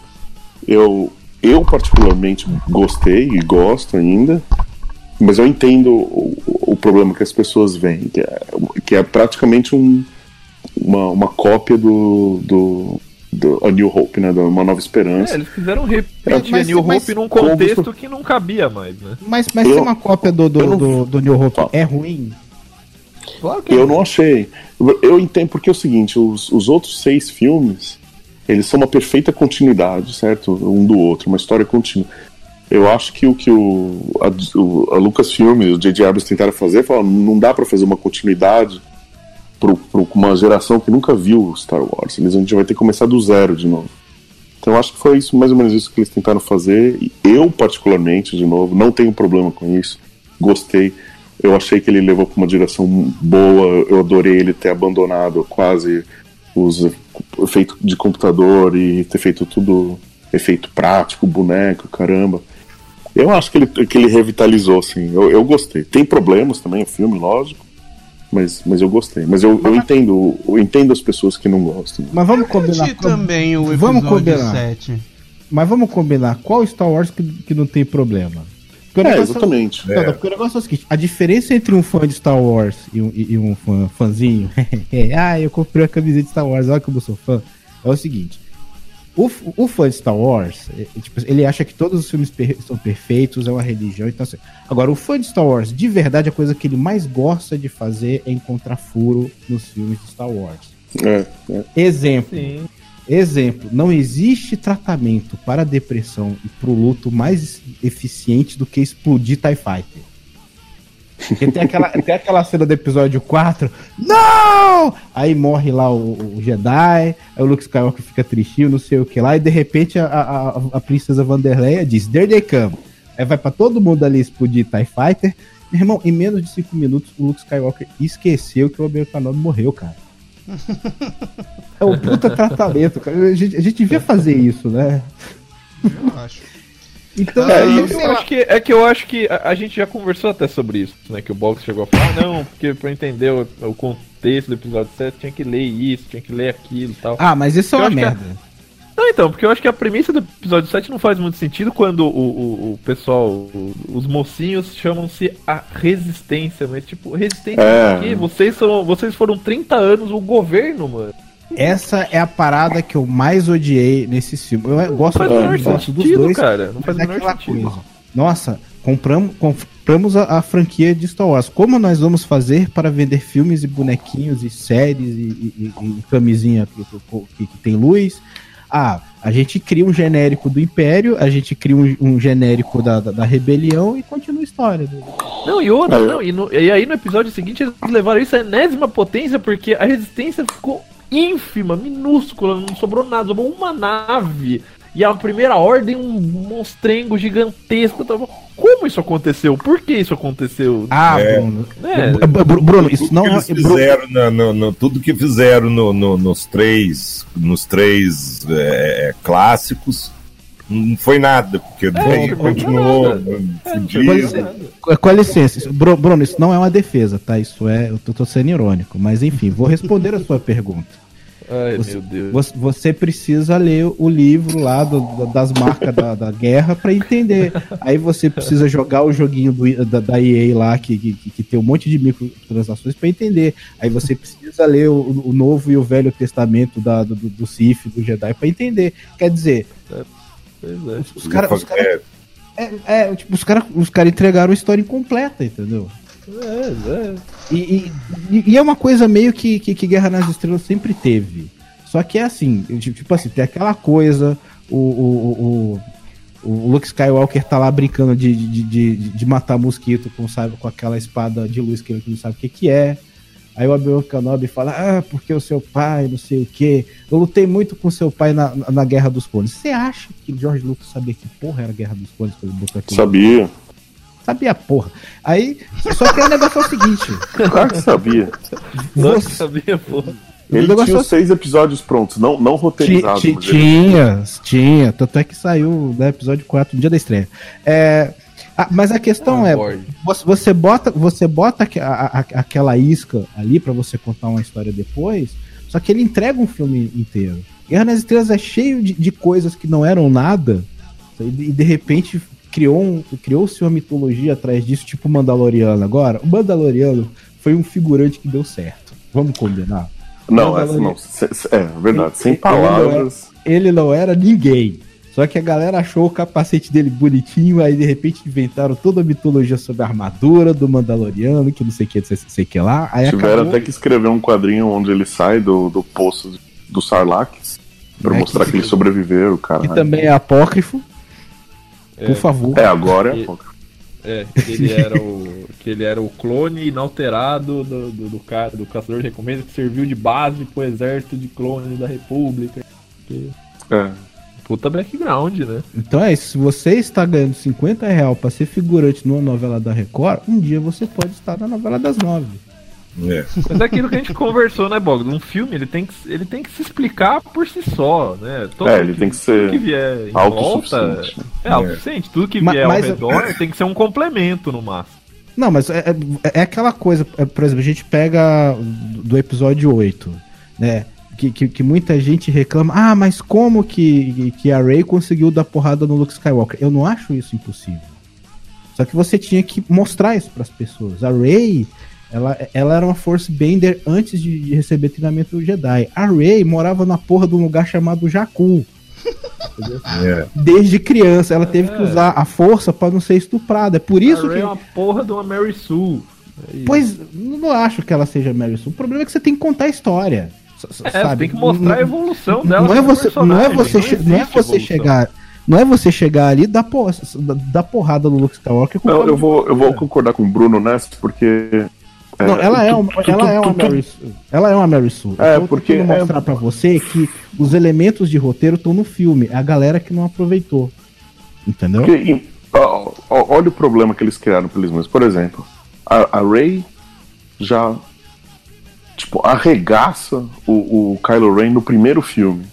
eu, eu particularmente gostei e gosto ainda, mas eu entendo o, o problema que as pessoas veem, que é, que é praticamente um, uma, uma cópia do, do, do A New Hope, né, da Uma Nova Esperança. É, eles quiseram repetir Mas- a New mas- Hope num contexto que não cabia mais, né? Mas, mas Eu- ser uma cópia do, do, eu não- do, do New Hope Fala. é ruim? Claro que Eu não achei. Eu- Eu entendo porque é o seguinte, os, os outros seis filmes, eles são uma perfeita continuidade, certo? Um do outro, uma história contínua. Eu acho que o que o, a, o, a Lucasfilm e o J J Abrams tentaram fazer, falaram, não dá pra fazer uma continuidade pra uma geração que nunca viu Star Wars. Eles, a gente vai ter que começar do zero de novo. Então eu acho que foi isso, mais ou menos isso que eles tentaram fazer. E eu, particularmente, de novo, não tenho problema com isso. Gostei. Eu achei que ele levou pra uma direção boa. Eu adorei ele ter abandonado quase os efeitos de computador e ter feito tudo efeito prático, boneco, caramba. Eu acho que ele, que ele revitalizou, assim. Eu, eu gostei. Tem problemas também, o filme, lógico. Mas, mas eu gostei. Mas eu, eu entendo eu entendo as pessoas que não gostam. Mas vamos combinar. Curti também o episódio Vamos combinar. sete. Mas vamos combinar. Qual Star Wars que, que não tem problema? Porque o É, negócio- exatamente. Não, não, porque o negócio é o seguinte: a diferença entre um fã de Star Wars e um, e- e um fã, fãzinho, é, ah, eu comprei a camiseta de Star Wars, olha como eu sou fã. É o seguinte: o, f- o fã de Star Wars, é, é, tipo, ele acha que todos os filmes per- são perfeitos, é uma religião, então assim. Agora, o fã de Star Wars, de verdade, a coisa que ele mais gosta de fazer é encontrar furo nos filmes de Star Wars. É, é. Exemplo. Sim. Exemplo, não existe tratamento para a depressão e para o luto mais eficiente do que explodir TIE Fighter. Porque tem aquela, tem aquela cena do episódio quatro, não! Aí morre lá o, o Jedi, aí o Luke Skywalker fica tristinho, não sei o que lá, e de repente a, a, a princesa Vanderleia diz, there they come. Aí vai pra todo mundo ali explodir TIE Fighter. Meu irmão, em menos de cinco minutos o Luke Skywalker esqueceu que o Obi-Wan Kenobi morreu, cara. É um puta tratamento, cara. A gente, a gente devia fazer isso, né? Eu acho. Então, É, eu Eu sei lá. acho que, é que eu acho que a, a gente já conversou até sobre isso, né? Que o Box chegou a falar, não, porque pra entender o, o contexto do episódio sete tinha que ler isso, tinha que ler aquilo e tal. Ah, mas isso é Eu uma acho que merda. Não, então, porque eu acho que a premissa do episódio sete não faz muito sentido quando o, o, o pessoal, o- os mocinhos chamam-se a resistência, mas tipo, resistência É. do quê? Vocês, são, vocês foram trinta anos o governo, mano. Essa é a parada que eu mais odiei nesse filme. Eu gosto, Não faz o eu menor gosto dos sentido, dois, cara. Não faz o mas é menor aquela sentido. coisa. Nossa, compramos, compramos a, a franquia de Star Wars. Como nós vamos fazer para vender filmes e bonequinhos e séries e, e- e- e camisinha que, que- que tem luz? Ah, a gente cria um genérico do Império, a gente cria um, um genérico da, da, da Rebelião e continua a história. Não, e outra, É. não, e, no- e aí no episódio seguinte eles levaram isso à enésima potência, porque a resistência ficou ínfima, minúscula, não sobrou nada, sobrou uma nave. E a primeira ordem, um monstrengo gigantesco. Eu tava, como isso aconteceu? Por que isso aconteceu? Ah, É. Bruno. É. Br- Br- Bruno, isso Tudo não que é. eles Bruno, fizeram na- no, no- tudo que fizeram no- no- nos três nos três é, clássicos não foi nada, porque daí não foi continuou nada. É, não fudido. foi Com nada. licença, com licença, isso- Bru- Bruno, isso não é uma defesa, tá? Isso é. Eu tô, tô sendo irônico, mas enfim, vou responder a sua pergunta. Ai, Você- meu Deus. Você, você precisa ler o livro lá do- da- das marcas da, da guerra pra entender. Aí você precisa jogar o joguinho do- da, da E A lá, que, que, que tem um monte de microtransações pra entender. Aí você precisa ler o, o Novo e o Velho Testamento da, do, do, do Sith, do Jedi, pra entender. Quer dizer, Pois é. os caras. Os cara, É, é, é, tipo, os caras os cara entregaram a história incompleta, entendeu? É, é. E, e, e é uma coisa meio que, que, que Guerra nas Estrelas sempre teve. Só que é assim, tipo assim, tem aquela coisa, o, o, o, o Luke Skywalker tá lá brincando de, de, de, de matar mosquito com, sabe, com aquela espada de luz que ele não sabe o que, que é. Aí o Obi-Wan Kenobi fala, ah, porque o seu pai, não sei o quê. Eu lutei muito com seu pai na, na Guerra dos Clones. Você acha que George Lucas sabia que porra era a Guerra dos Clones? Ele botou aqui? Sabia. Sabia, porra. Aí, só que o negócio é o seguinte. Claro que sabia. Você sabia, porra. Ele tinha os seis episódios prontos, não, não roteirizados. Tinha, tinha, tinha. Tanto é que saiu no episódio quatro, no dia da estreia. É... Ah, mas a questão ah, é, você bota, você bota a, a, aquela isca ali pra você contar uma história depois, só que ele entrega um filme inteiro. Guerra nas Estrelas é cheio de, de coisas que não eram nada, e de repente criou um, criou-se uma mitologia atrás disso, tipo o Mandaloriano. Agora, o Mandaloriano foi um figurante que deu certo. Vamos combinar? Não, essa não. É verdade, sem ele, palavras. Ele não, era, ele não era ninguém. Só que a galera achou o capacete dele bonitinho, aí de repente inventaram toda a mitologia sobre a armadura do Mandaloriano, que não sei o que, não sei o que lá. Aí tiveram acabou... até que escrever um quadrinho onde ele sai do, do poço do Sarlacc pra é, mostrar que, que ele sobreviveu, cara. Que também é apócrifo. É, por favor. É, agora é apócrifo. É, que ele era o, que ele era o clone inalterado do, do, do, cara, do Caçador de Recompensa, que serviu de base pro exército de clones da República. Que... É. Puta background, né? Então é isso, se você está ganhando cinquenta reais pra ser figurante numa novela da Record, um dia você pode estar na novela das nove. É. Mas é aquilo que a gente conversou, né, Bog? Num filme ele tem, que, ele tem que se explicar por si só, né? Todo é, ele que, tem que ser que vier em volta é autossuficiente. Tudo que vier mas, ao redor é... tem que ser um complemento no máximo. Não, mas é, é, é aquela coisa, é, por exemplo, a gente pega do episódio oito, né? Que, que, que muita gente reclama, ah, mas como que, que a Rey conseguiu dar porrada no Luke Skywalker? Eu não acho isso impossível. Só que você tinha que mostrar isso para as pessoas. A Rey, ela, ela era uma Force Bender antes de, de receber treinamento Jedi. A Rey morava na porra de um lugar chamado Jakku. Yeah. Desde criança, ela teve é. que usar a força para não ser estuprada. É por isso a Rey que... é uma porra de uma Mary Sue. É pois, não acho que ela seja Mary Sue. O problema é que você tem que contar a história. É, sabe? Tem que mostrar não, a evolução dela. Não é você, não é você, não, não é você chegar, não é você chegar ali e dar, por, dar porrada no Luke Skywalker. Não, eu vou, eu vou concordar com o Bruno nessa, porque é, não, ela, tu, é uma, tu, ela, tu, é uma tu, Mary Sue, ela é uma Mary Sue. É, eu porque eu mostrar é... para você que os elementos de roteiro estão no filme, é a galera que não aproveitou, entendeu? Porque, ó, ó, olha o problema que eles criaram para eles mesmos. Por exemplo, a, a Rey já tipo, arregaça o, o Kylo Ren no primeiro filme.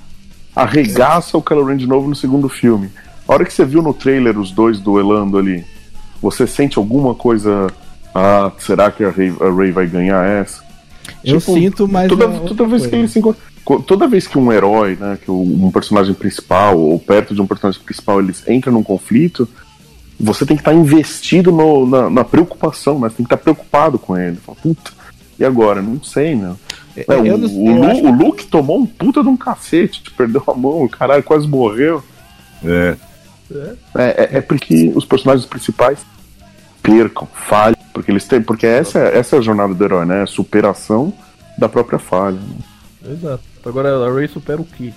Arregaça o Kylo Ren de novo no segundo filme. A hora que você viu no trailer os dois duelando ali, você sente alguma coisa... Ah, será que a Rey, a Rey vai ganhar essa? Eu tipo, sinto, mas... Toda, toda vez que ele se encontra... Toda vez que um herói, né, que um personagem principal, ou perto de um personagem principal, eles entram num conflito, você tem que estar investido no, na, na preocupação, né? Você tem que estar preocupado com ele. Fala, puta... E agora? Não sei, meu. É, o, não sei, o, Lu, o Luke tomou um puta de um cacete, perdeu a mão, o caralho quase morreu. É. É, é, é porque os personagens principais percam, falhem, porque eles têm. Porque essa, essa é a jornada do herói, né? A superação da própria falha. Né? Exato. Agora a Rey supera o quê?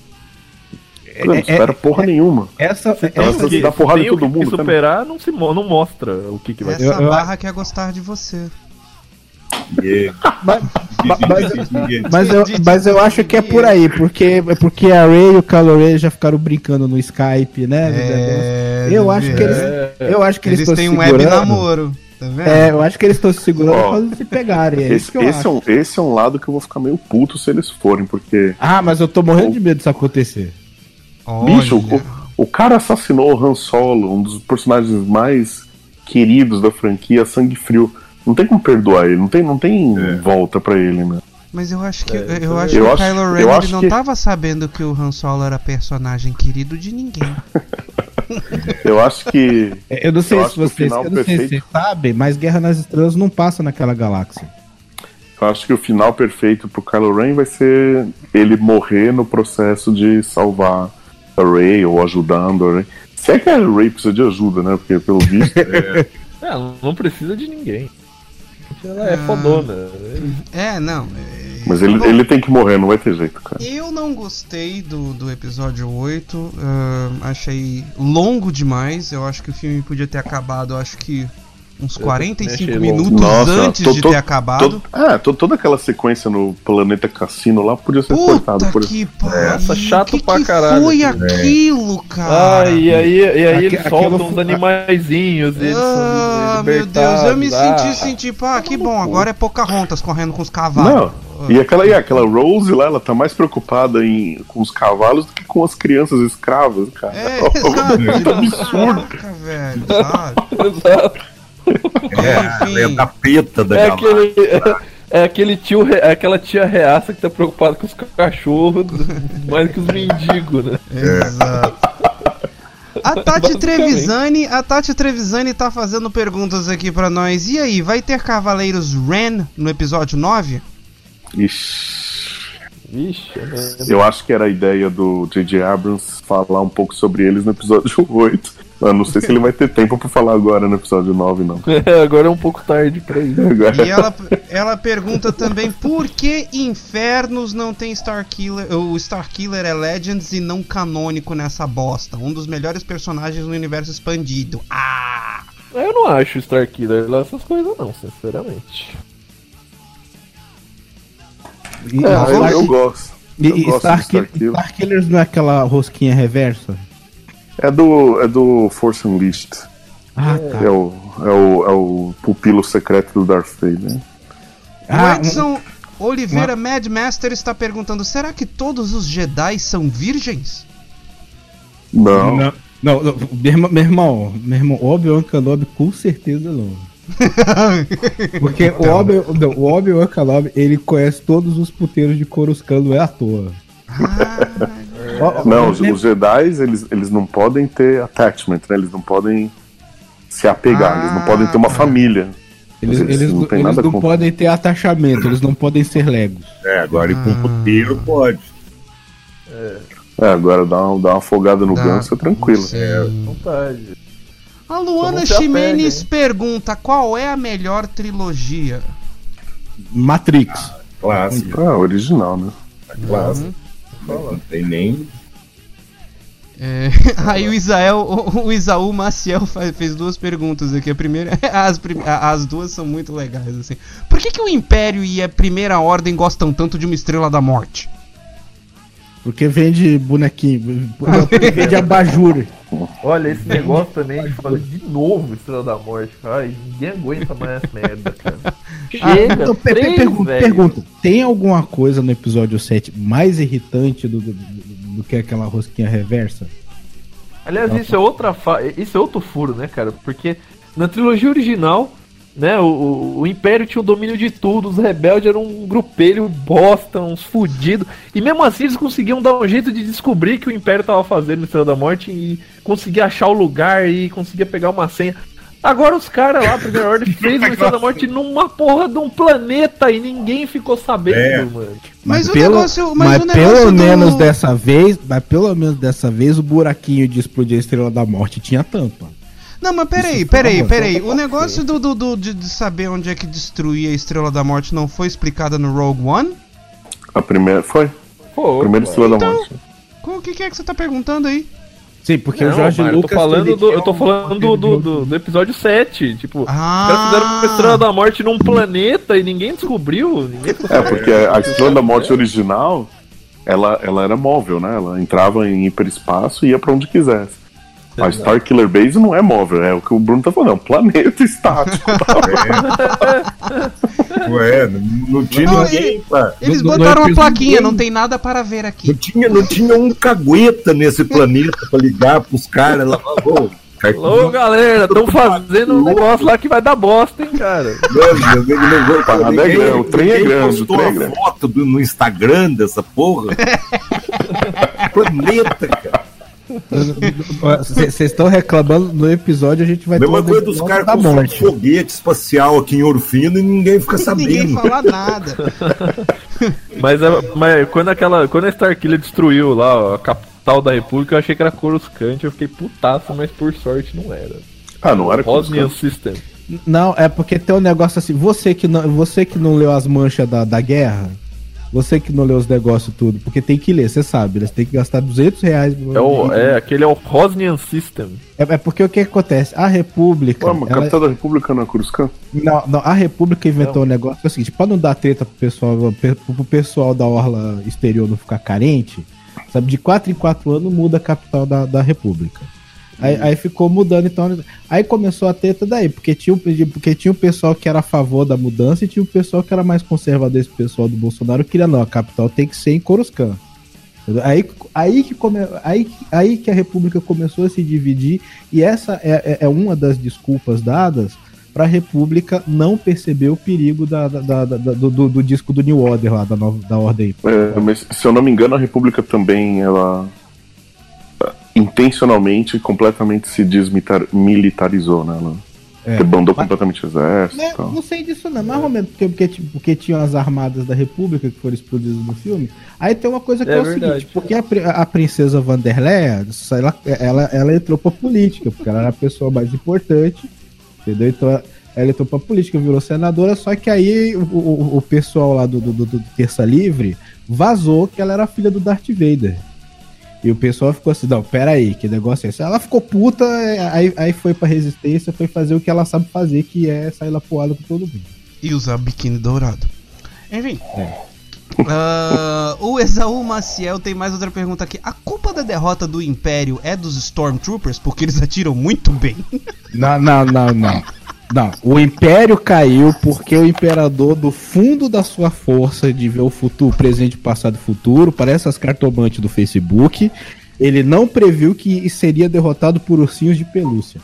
Não é, supera é, porra é, nenhuma. Essa, essa que, dá porrada em todo que mundo. Que superar não, se, não mostra o que, que vai ser. Essa eu, barra eu... quer gostar de você. Yeah. mas, mas, mas, eu, mas eu acho que é por aí, porque, porque a Rey e o Kylo Ren já ficaram brincando no Skype, né? É, eu, acho que eles, eu acho que eles, eles têm um web namoro. Tá vendo? É, eu acho que eles estão se segurando oh, pra se pegarem. É esse, esse, é um, esse é um lado que eu vou ficar meio puto se eles forem, porque. Ah, mas eu tô morrendo o... de medo disso acontecer. Bicho, o, o cara assassinou o Han Solo, um dos personagens mais queridos da franquia, sangue frio. Não tem como perdoar ele, não tem, não tem é. volta pra ele, né? Mas eu acho que, é, eu acho eu que o Kylo Ren ele não que... tava sabendo que o Han Solo era personagem querido de ninguém. Eu acho que... Eu não sei, eu se, vocês, eu não perfeito... sei se vocês sabem, mas Guerra nas Estrelas não passa naquela galáxia. Eu acho que o final perfeito pro Kylo Ren vai ser ele morrer no processo de salvar a Rey ou ajudando a Rey. Se é que a Rey precisa de ajuda, né? Porque pelo visto... é... Ela não precisa de ninguém. Ela é ah, fodona. É, não. É... Mas ele, ele tem que morrer, não vai ter jeito, cara. Eu não gostei do, do episódio oito. Uh, achei longo demais. Eu acho que o filme podia ter acabado, acho que uns quarenta e cinco minutos Nossa, antes tô, de tô, ter acabado. Tô, é, tô, toda aquela sequência no Planeta Cassino lá podia ser Puta cortado por que isso. Nossa, chato que pra que caralho. Foi aquilo, cara. Ah, e aí, e aí eles soltam uns animaizinhos. E ah, meu Deus, eu me senti ah, assim, tipo, ah, que bom, agora é Pocahontas correndo com os cavalos. Não. E aquela, e aquela Rose lá, ela tá mais preocupada em, com os cavalos do que com as crianças escravas, cara. É, exato. Absurdo. Caraca, velho, sabe? Exato. É, é da peta da é aquele, é, é aquele tio, é aquela tia reaça que tá preocupada com os cachorros mais que os mendigos, né? Exato. A Tati Trevisani, a Tati Trevisani tá fazendo perguntas aqui pra nós. E aí, vai ter Cavaleiros Ren no episódio nove? Ixi. Ixi, eu acho que era a ideia do J J Abrams falar um pouco sobre eles no episódio oito. Eu não sei se ele vai ter tempo pra falar agora no episódio nove, não. É, agora é um pouco tarde pra isso. E ela, ela pergunta também por que Infernos não tem Starkiller. O Starkiller é Legends e não canônico nessa bosta. Um dos melhores personagens no universo expandido. Ah! Eu não acho Starkiller lá essas coisas não, sinceramente. E, é, eu, eu gosto. Eu e gosto Starkillers Star não é aquela rosquinha reversa? É do, é do Force Unleashed. Ah, tá. É o, é, o, é o pupilo secreto do Darth Vader. Ah, o Edson um... Oliveira uma... Mad Master está perguntando: será que todos os Jedi são virgens? Não. Não, não, não meu, irmão, meu irmão, meu irmão, Obi-Wan Kenobi com certeza não. Porque então. o Obi-Wan o Obi-Wan Kenobi, ele conhece todos os puteiros de Coruscant, não é à toa. Ah, não, os, os Jedi, eles, eles não podem ter attachment, né? Eles não podem se apegar, ah, eles não podem ter uma família. Eles, eles, eles não, eles nada não podem ter atachamento, eles não podem ser legos. É, agora ah. com puteiro pode. É, é agora dá uma, dá uma afogada no dá, ganso, é tranquilo. É, vontade. A Luana Ximenes pergunta: qual é a melhor trilogia? Matrix. Ah, clássico. Ah, original, né? Clássico. Uhum. Não tem nem. É, aí o Isael, o, o Isaú Maciel faz, fez duas perguntas aqui. A primeira, as, as duas são muito legais, assim. Por que, que o Império e a Primeira Ordem gostam tanto de uma Estrela da Morte? Porque vende bonequinho, porque vende abajur. Olha, esse negócio também, a gente fala de novo Estrela da Morte. Ai, ninguém aguenta mais essa merda, cara. Chega, ah, então, três, pergunta, pergunta, tem alguma coisa no episódio sete mais irritante do, do, do, do que aquela rosquinha reversa? Aliás, Nossa. isso é outra fa... isso é outro furo, né, cara? Porque na trilogia original, né, o, o, o Império tinha o domínio de tudo, os rebeldes eram um grupelho bosta, uns fudidos, e mesmo assim eles conseguiam dar um jeito de descobrir que o Império tava fazendo no Estrela da Morte e conseguir achar o lugar e conseguir pegar uma senha. Agora os caras lá, a Primeira Ordem, fez o Estrela da Morte numa porra de um planeta e ninguém ficou sabendo, é. mano. Mas, mas, o pelo, negócio, mas, mas o negócio pelo do... menos dessa vez, mas pelo menos dessa vez o buraquinho de explodir a Estrela da Morte tinha tampa. Não, mas peraí, peraí, peraí. O negócio do, do, do de, de saber onde é que destruir a Estrela da Morte não foi explicada no Rogue One? A primeira foi. Foi. A primeira Estrela então, da Morte. O que, que é que você tá perguntando aí? Sim, porque não, o Jorge Mário, Lucas... Eu tô falando, do, eu tô falando do, do, do, do episódio sete. Tipo, ah. os caras fizeram uma Estrela da Morte num planeta e ninguém descobriu. Ninguém é, porque a Estrela da Morte original, ela, ela era móvel, né? Ela entrava em hiperespaço e ia pra onde quisesse. A Starkiller Base não é móvel, é o que o Bruno tá falando, é um planeta estático. É. Ué, não tinha não, ninguém. Pra... Eles no, botaram no uma plaquinha, ninguém. Não tem nada para ver aqui. Não tinha, não tinha um cagueta nesse planeta pra ligar pros caras lá. Oh, Alô, galera, estão fazendo um negócio lá que vai dar bosta, hein, cara. O trem é grande, o trem é grande. Foto do, no Instagram dessa porra. Planeta, cara. Vocês estão reclamando no episódio, a gente vai ter mesma coisa dos caras com um foguete espacial aqui em Ouro Fino e ninguém fica sabendo. Ninguém fala nada. mas, mas quando, aquela, quando a Starkiller destruiu lá a capital da República, eu achei que era Coruscant, eu fiquei putaço, mas por sorte não era. Ah, não era Osnian System. Não, é porque tem um negócio assim, você que não, você que não leu as manchas da, da guerra, você que não leu os negócios tudo, porque tem que ler, você sabe, eles têm que gastar duzentos reais. É, o, é aquele é o Osnian System. É, é porque o que acontece? A República... Ué, mas a ela... capital da República não é Coruscant? Não, não, a República inventou não. um negócio que é o seguinte, pra não dar treta pro pessoal, pro pessoal da orla exterior não ficar carente, sabe, de quatro em quatro anos muda a capital da, da República. Aí, aí ficou mudando, então. Aí começou a treta daí, porque tinha, porque tinha o pessoal que era a favor da mudança e tinha o pessoal que era mais conservador. Esse pessoal do Bolsonaro queria, não, a capital tem que ser em Coruscant. Aí, aí, que come, aí, aí que a República começou a se dividir, e essa é, é, é uma das desculpas dadas para a República não perceber o perigo da, da, da, da, do, do, do disco do New Order lá, da, nova, da Ordem. É, mas se eu não me engano, a República também, ela intencionalmente completamente se desmilitarizou, né? Ela É. debandou Mas- completamente o exército e Não, tal. não sei disso não, mais ou menos, porque, porque, tipo, porque tinham as armadas da República que foram explodidas no filme. Aí tem uma coisa que é, É o verdade. seguinte, porque a, pri- a princesa Vanderleia, ela, ela, ela entrou pra política, porque ela era a pessoa mais importante, entendeu? Então ela- ela entrou pra política, virou senadora, só que aí o, o, o pessoal lá do, do, do- do Terça Livre vazou que ela era filha do Darth Vader. E o pessoal ficou assim, não, pera aí, que negócio é esse? Ela ficou puta, aí, aí foi pra resistência, foi fazer o que ela sabe fazer, que é sair lá poada com todo mundo. E usar biquíni dourado. Enfim. É. Ah, o Esaú Maciel tem mais outra pergunta aqui. A culpa da derrota do Império é dos Stormtroopers? Porque eles atiram muito bem. Não, não, não, não. Não, o Império caiu porque o Imperador, do fundo da sua força de ver o futuro, presente, passado e futuro, parece as cartomantes do Facebook, ele não previu que seria derrotado por ursinhos de pelúcia.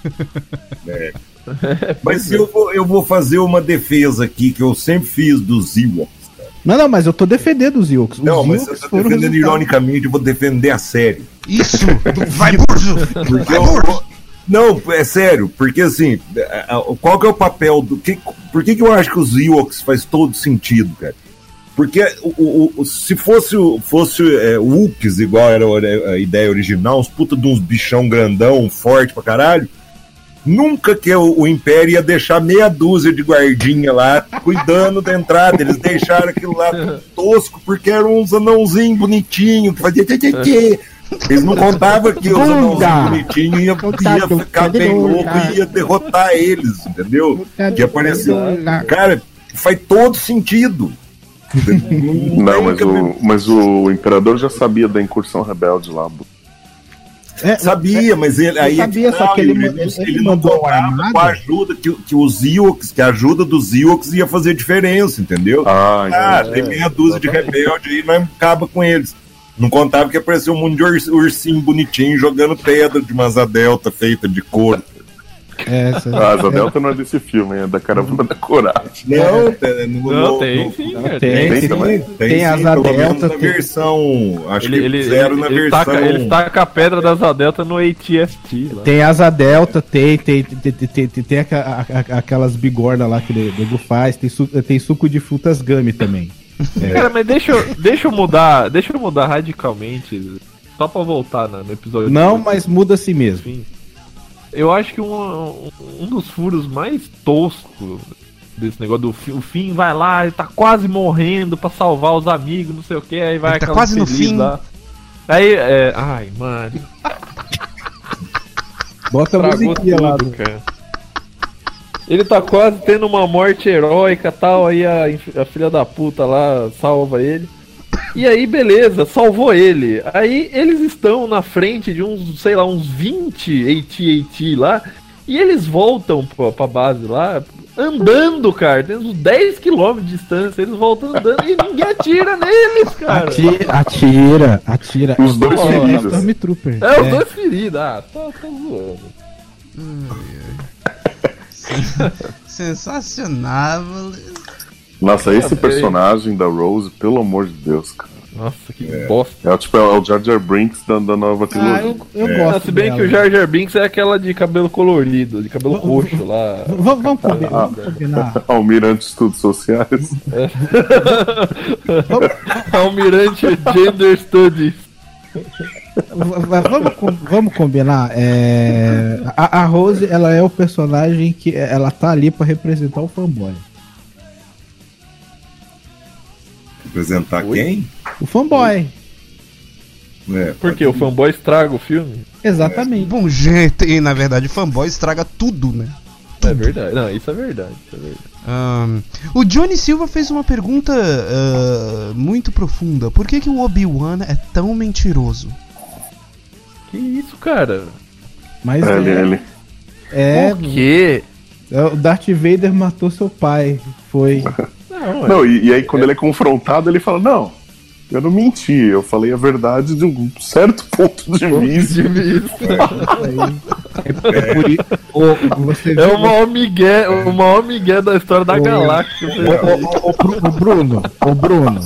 Mas eu vou, eu vou fazer uma defesa aqui que eu sempre fiz dos Ewoks. Não, não, mas eu tô defendendo os Ewoks. Os Não, mas Ewoks eu tô foram defendendo resultado. ironicamente, eu vou defender a série. Isso! Vai, Burzo! Porque Vai, eu- Burzo! Não, é sério, porque assim, a- a- qual que é o papel do. Que, por que, que eu acho que os Ewoks faz todo sentido, cara? Porque o, o- o- se fosse, o- fosse é, Wookies, igual era a ideia original, uns puta de uns bichão grandão, forte pra caralho, nunca que o, o Império ia deixar meia dúzia de guardinha lá cuidando da entrada. Eles deixaram aquilo lá tudo tosco porque eram uns anãozinhos bonitinhos que fazia tchê, tchê, tchê. Eles não contavam que os anãozinhos bonitinhos iam ia ficar bem louco e ia derrotar eles, entendeu? Que apareceu. Cara, faz todo sentido. Não, mas o, mas o Imperador já sabia da incursão rebelde lá. É, Sabia, mas ele aí é sabia, que só tá, que ele- ele, ele- ele ele não mandou contava a armada. com a ajuda que, que os Ewoks, que a ajuda dos Ewoks ia fazer diferença, entendeu? Ah, Ah, então- tem meia dúzia de rebelde aí, nós acaba com eles. Não contava que apareceu um mundo de urs- ursinho bonitinho jogando pedra de uma asa delta feita de couro. é, essa- A Asa Delta não é desse filme, é da Caravana da Coragem. Não, é, no, Não, no- tem no- sim, Não, cara. tem, tem tem, também. tem asa pelo menos delta, na tem- versão. Acho Ele, que ele, fizeram ele, na ele, versão. taca, ele taca a pedra das Asa Delta no A T S T lá. Tem asa delta, tem, tem, tem, tem, tem, tem, tem aqua- a- a- aquelas bigorna lá que o nego faz, tem, su, tem suco de frutas gummy também. Cara, mas deixa, eu- deixa eu mudar, deixa eu mudar radicalmente, só pra voltar na- no episódio. Não, mas muda assim mesmo. Enfim, eu acho que um, um, um dos furos mais toscos desse negócio do Finn, o Finn vai lá, ele tá quase morrendo pra salvar os amigos, não sei o que, aí vai Ele tá aquela quase no feliz fim. lá. Aí, é, ai, mano, Bota a estragou musiquinha lá. tudo, cara. Ele tá quase tendo uma morte heróica e tal, aí a, a filha da puta lá salva ele. E aí, beleza, salvou ele. Aí eles estão na frente de uns, sei lá, uns vinte A T A T lá. E eles voltam pra, pra base lá, andando, cara. Tem uns dez quilômetros de distância. Eles voltam andando e ninguém atira neles, cara. Atira, atira, atira. Os dois É, é feridos. Stormtrooper. É, os É. dois feridos. Ah, tá, tá zoando. Sensacional. Nossa, esse Adorei. personagem da Rose, pelo amor de Deus, cara. Nossa, que bosta. É, o tipo, é o Jar Jar Binks da, da nova Ah, trilogia. eu, eu É. gosto Ah, se bem dela. que o Jar Jar Binks é aquela de cabelo colorido, de cabelo V- roxo lá. V- Vamos combinar, vamos combinar. Almirante Estudos Sociais. Almirante Gender Studies. vamos, vamos combinar. É... A, a Rose, ela é o personagem que ela tá ali pra representar o fanboy. Representar Oi? Quem? O fanboy. É, Porque o fanboy estraga o filme? Exatamente. É. Bom, gente, e na verdade o fanboy estraga tudo, né? Tudo. É verdade. Não, isso é verdade. Isso é verdade. Um, o Johnny Silva fez uma pergunta uh, muito profunda. Por que, que o Obi-Wan é tão mentiroso? Que isso, cara? Mas é, é, ele. é Por quê? O Darth Vader matou seu pai. Foi. Não, não e, e aí quando é. ele é confrontado, ele fala, não, eu não menti, eu falei a verdade de um certo ponto de vista. É, é, por isso, o, você é o maior migué, o maior migué da história da o, galáxia. O, o, o, o Bruno, o Bruno.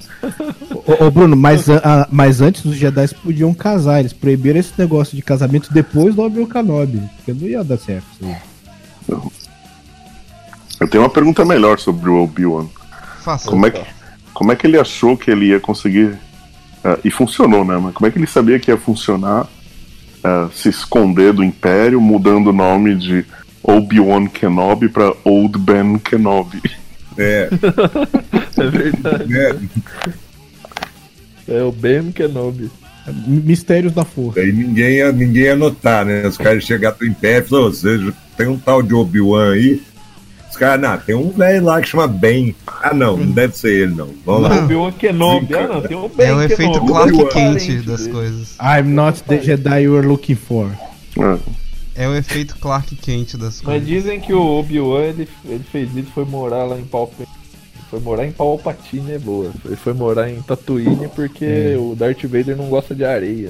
Ô, Bruno, mas, a, mas antes os Jedi podiam casar, eles proibiram esse negócio de casamento depois do Obi-Wan Kenobi, porque não ia dar certo isso aí. Não. Eu tenho uma pergunta melhor sobre o Obi-Wan. Faça. Como é que, como é que ele achou que ele ia conseguir... Uh, e funcionou, né? Mas como é que ele sabia que ia funcionar uh, se esconder do Império, mudando o nome de Obi-Wan Kenobi pra Old Ben Kenobi? É. É verdade. É. É o Ben Kenobi. Mistérios da Força. Aí ninguém ia, ninguém ia notar, né? Os caras chegaram pro Império e falaram, você tem um tal de Obi-Wan aí. Os caras, não, tem um velho lá que chama Ben. Ah, não, não deve ser ele, não. Vamos lá. Obi-Wan Kenobi. Ah, não, tem um Ben É o Kenobi. efeito Clark Kent das coisas. I'm not the Jedi you are looking for. É o efeito Clark Kent das coisas. Mas dizem que o Obi-Wan, ele, ele fez isso, foi morar lá em Palpatine. Foi morar em Palpatine é boa. Ele foi morar em Tatooine porque é. o Darth Vader não gosta de areia.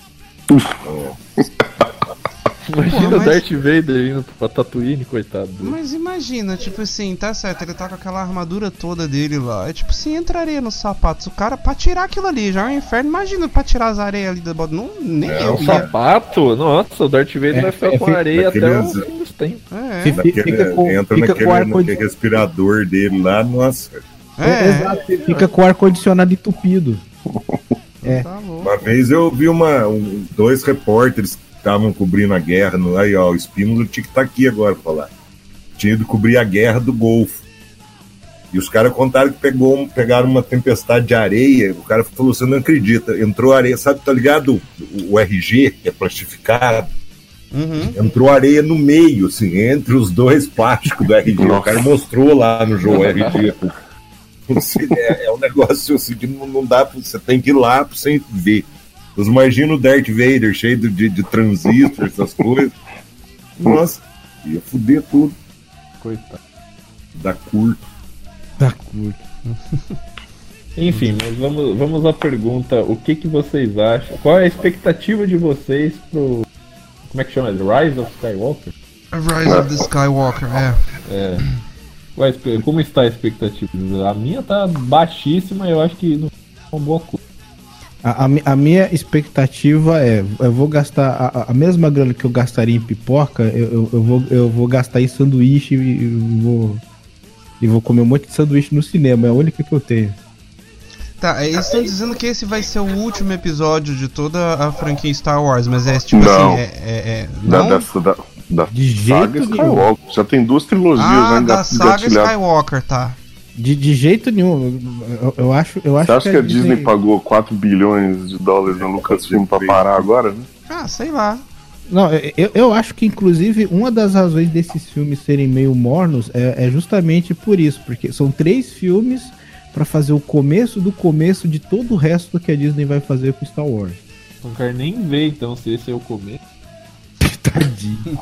É. Imagina Pô, mas... o Darth Vader indo pra Tatooine, coitado. Mas imagina, tipo assim, tá certo, ele tá com aquela armadura toda dele lá. É tipo assim, entraria nos sapatos. O cara, pra tirar aquilo ali, já é um inferno. Imagina pra tirar as areias ali da bota. Não, nem é, eu. O sapato? Nossa, o Darth Vader é, vai ficar é, com areia até o fim dos tempos. É. Fica, fica com, entra fica naquele, com ar naquele respirador dele lá, nossa. É, é exato, fica com o ar-condicionado entupido. É. Tá uma vez eu vi uma, um, dois repórteres estavam cobrindo a guerra, no, aí ó, o Espínola tinha que estar aqui agora pra falar. Tinha ido cobrir a guerra do Golfo. E os caras contaram que pegou, pegaram uma tempestade de areia, o cara falou, você não acredita, entrou areia, sabe, tá ligado? O, o R G, que é plastificado, uhum. entrou areia no meio, assim, entre os dois plásticos do R G. Nossa. O cara mostrou lá no jogo R G. É, é um negócio assim que não, não dá, você tem que ir lá pra você ver. Você imagina o Darth Vader cheio de, de transistor, essas coisas. Nossa, ia foder tudo. Coitado. Dá curto. Dá curto. Enfim, mas vamos, vamos à pergunta: o que, que vocês acham? Qual é a expectativa de vocês pro. Como é que chama? Rise of Skywalker? Rise of the Skywalker, é. É. Como está a expectativa? A minha tá baixíssima e eu acho que não é uma boa coisa. A, a, a minha expectativa é, eu vou gastar a, a mesma grana que eu gastaria em pipoca, eu, eu, eu, vou, eu vou gastar em sanduíche e, e, vou, e vou comer um monte de sanduíche no cinema, é a única que eu tenho. Tá, eles estão dizendo que esse vai ser o último episódio de toda a franquia Star Wars, mas é tipo não. assim, é... é, é não? Da, dessa, da, da de jeito nenhum. Já tem duas trilogias, ah, né? da saga Skywalker, tá. De, de jeito nenhum, eu, eu acho, eu acho Você acha que que a Disney, Disney pagou quatro bilhões de dólares na Lucasfilm pra parar agora, né? Ah, sei lá. Não, eu, eu acho que inclusive uma das razões desses filmes serem meio mornos é, é justamente por isso, porque são três filmes pra fazer o começo do começo de todo o resto que a Disney vai fazer com Star Wars. Não quero nem ver então se esse é o começo. Tadinho.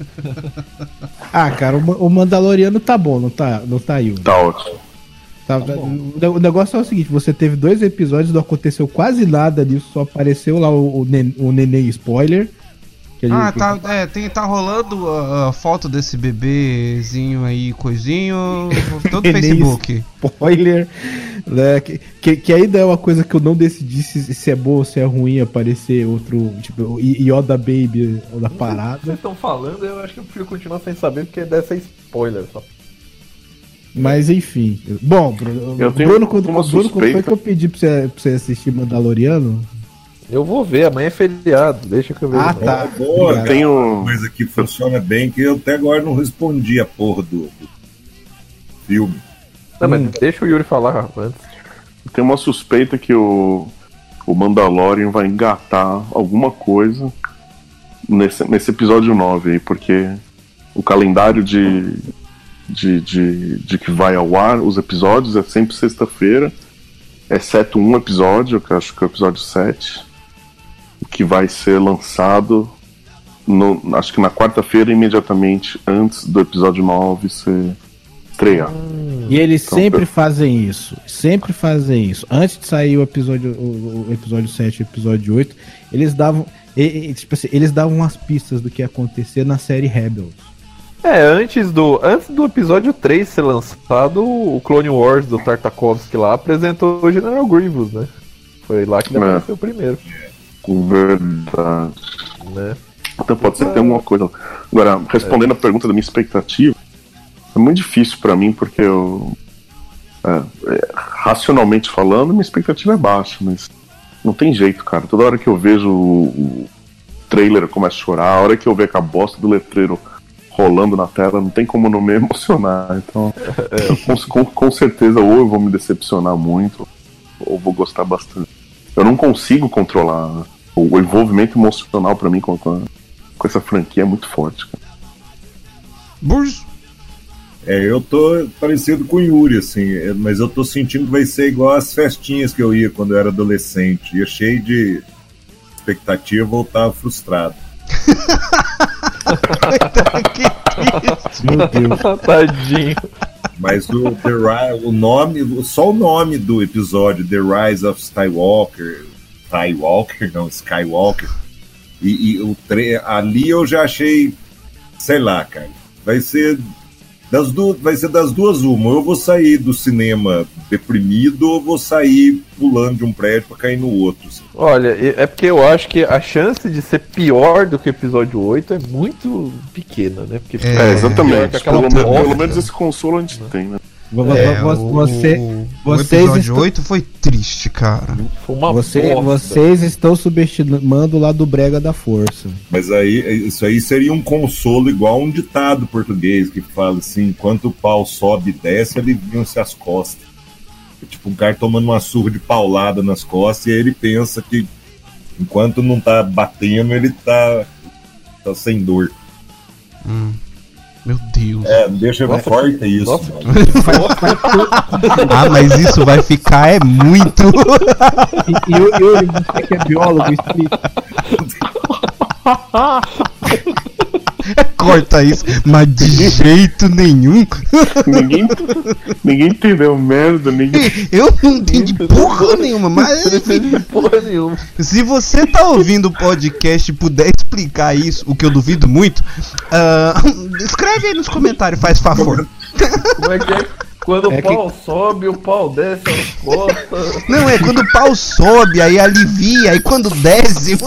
Ah, cara, o, o Mandaloriano tá bom, não tá, não tá aí. Tá ótimo. Tá, tá o negócio é o seguinte, você teve dois episódios, não aconteceu quase nada disso, só apareceu lá o, o, nen, o neném spoiler. Que ah, gente... tá, é, tem, tá rolando a, a foto desse bebezinho aí, coisinho, todo o Facebook. Spoiler, né, que, que, que ainda é uma coisa que eu não decidi se, se é boa ou se é ruim aparecer outro, tipo, Yoda Baby da parada. Vocês estão falando, eu acho que eu prefiro continuar sem saber, porque deve ser spoiler só. Mas enfim. Bom, Bruno, eu tenho Bruno, quando, Bruno, quando foi que eu pedi pra você, pra você assistir Mandaloriano? Eu vou ver, amanhã é feriado, deixa que eu veja. Ah, tá. É boa, Eu tenho- coisa que funciona bem, que eu até agora não respondi a porra do, do filme. Não, mas deixa o Yuri falar antes. Tem uma suspeita que o, o Mandalorian vai engatar alguma coisa nesse, nesse episódio nove aí, porque o calendário de, de, de, de que vai ao ar, os episódios, é sempre sexta-feira, exceto um episódio, que eu acho que é o episódio sete, que vai ser lançado no, acho que na quarta-feira, imediatamente antes do episódio nove ser estrear. E eles Então, sempre eu- fazem isso. Sempre fazem isso. Antes de sair o episódio, o, o episódio sete e o episódio oito, eles davam. E, e, tipo assim, eles davam as pistas do que ia acontecer na série Rebels. É, antes do, antes do episódio três ser lançado, o Clone Wars do Tartakovsky lá apresentou o General Grievous, né? Foi lá que ele É. apareceu primeiro, Verdade. né? Então pode ser que tenha alguma coisa. Agora, respondendo a pergunta da minha expectativa, é muito difícil pra mim, porque eu. é, é, racionalmente falando, minha expectativa é baixa, mas não tem jeito, cara. Toda hora que eu vejo o, o trailer eu começo a chorar, a hora que eu ver com a bosta do letreiro rolando na tela, não tem como não me emocionar. Então, com, com, com certeza, ou eu vou me decepcionar muito, ou vou gostar bastante. Eu não consigo controlar. O envolvimento emocional pra mim com, com, com essa franquia é muito forte, cara. Burso. É, eu tô parecido com o Yuri, assim, é, mas eu tô sentindo que vai ser igual as festinhas que eu ia quando eu era adolescente. Ia cheio de expectativa, voltava frustrado. Que triste. Meu Deus. Tadinho. Mas o, The Ri- o nome, só o nome do episódio, The Rise of Skywalker, Skywalker, não, Skywalker, e, e o tre- ali eu já achei, sei lá, cara, vai ser das duas, vai ser das duas uma, ou eu vou sair do cinema deprimido, ou eu vou sair pulando de um prédio pra cair no outro. Assim. Olha, é porque eu acho que a chance de ser pior do que o episódio oito é muito pequena, né? Porque É, É, exatamente. pior que aquela Pelo, me- bosta. pelo menos esse consolo a gente tem, né? Vo- É, vo- o- você, o, vocês o episódio estão- oito foi triste, cara. Foi uma você, bosta. vocês estão subestimando lá do brega da força. Mas aí, isso aí seria um consolo igual um ditado português que fala assim, enquanto o pau sobe e desce, aliviam-se as costas. Tipo, um cara tomando uma surra de paulada nas costas e aí ele pensa que enquanto não tá batendo, ele tá, tá sem dor. Hum. Meu Deus. É, deixa Nossa, forte isso. nossa. mano. Ah, mas isso vai ficar é muito. E, e, o- Yuri, você que é biólogo, explica. Corta isso, mas de jeito nenhum. Ninguém, ninguém entendeu merda, ninguém. Eu não entendi porra nenhuma, mas Não entendi porra nenhuma. se você tá ouvindo o podcast e puder explicar isso, o que eu duvido muito, ah, escreve aí nos comentários, faz favor. Como é que é? Quando É o pau sobe, o pau desce as costas. Não, é quando o pau sobe, aí alivia, aí quando desce.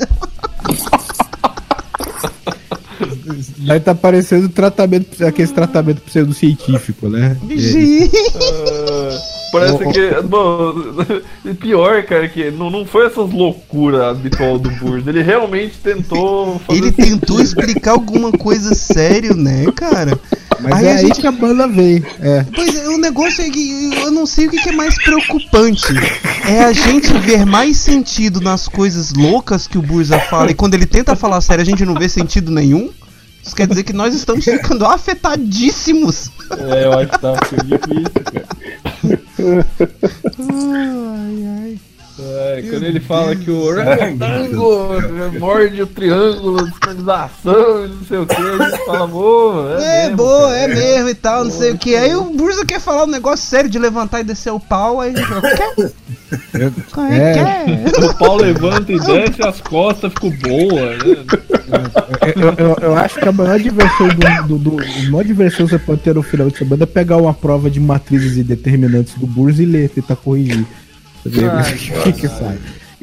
Vai tá parecendo tratamento, aquele tratamento pseudocientífico, né? Gente. Parece Oh, oh. que. Bom, e pior, cara, que não, não foi essas loucuras habitual do Burst. Ele realmente tentou fazer. Ele tentou explicar alguma coisa sério, né, cara? Mas Aí é a aí gente- que a banda veio. É. Pois é, o negócio é que eu não sei o que que é mais preocupante. É a gente ver mais sentido nas coisas loucas que o Burza fala e quando ele tenta falar sério a gente não vê sentido nenhum? Isso quer dizer que nós estamos ficando afetadíssimos. É, eu acho que tá ficando difícil, cara. Ai, ai. É, quando ele fala que o retango morde o triângulo de sinalização e não sei o que, ele fala, boa, é, É, mesmo, boa, cara. é mesmo e tal, não sei o que. Aí o Burza quer falar um negócio sério de levantar e descer o pau, aí a gente fala, quer? Como é que é? O pau levanta e desce, as costas ficam boas, né? Eu, eu, eu acho que a maior diversão do, do, do- a maior diversão que você pode ter no final de semana é pegar uma prova de matrizes e determinantes do Burza e ler, tentar corrigir. Você vê o que que sai.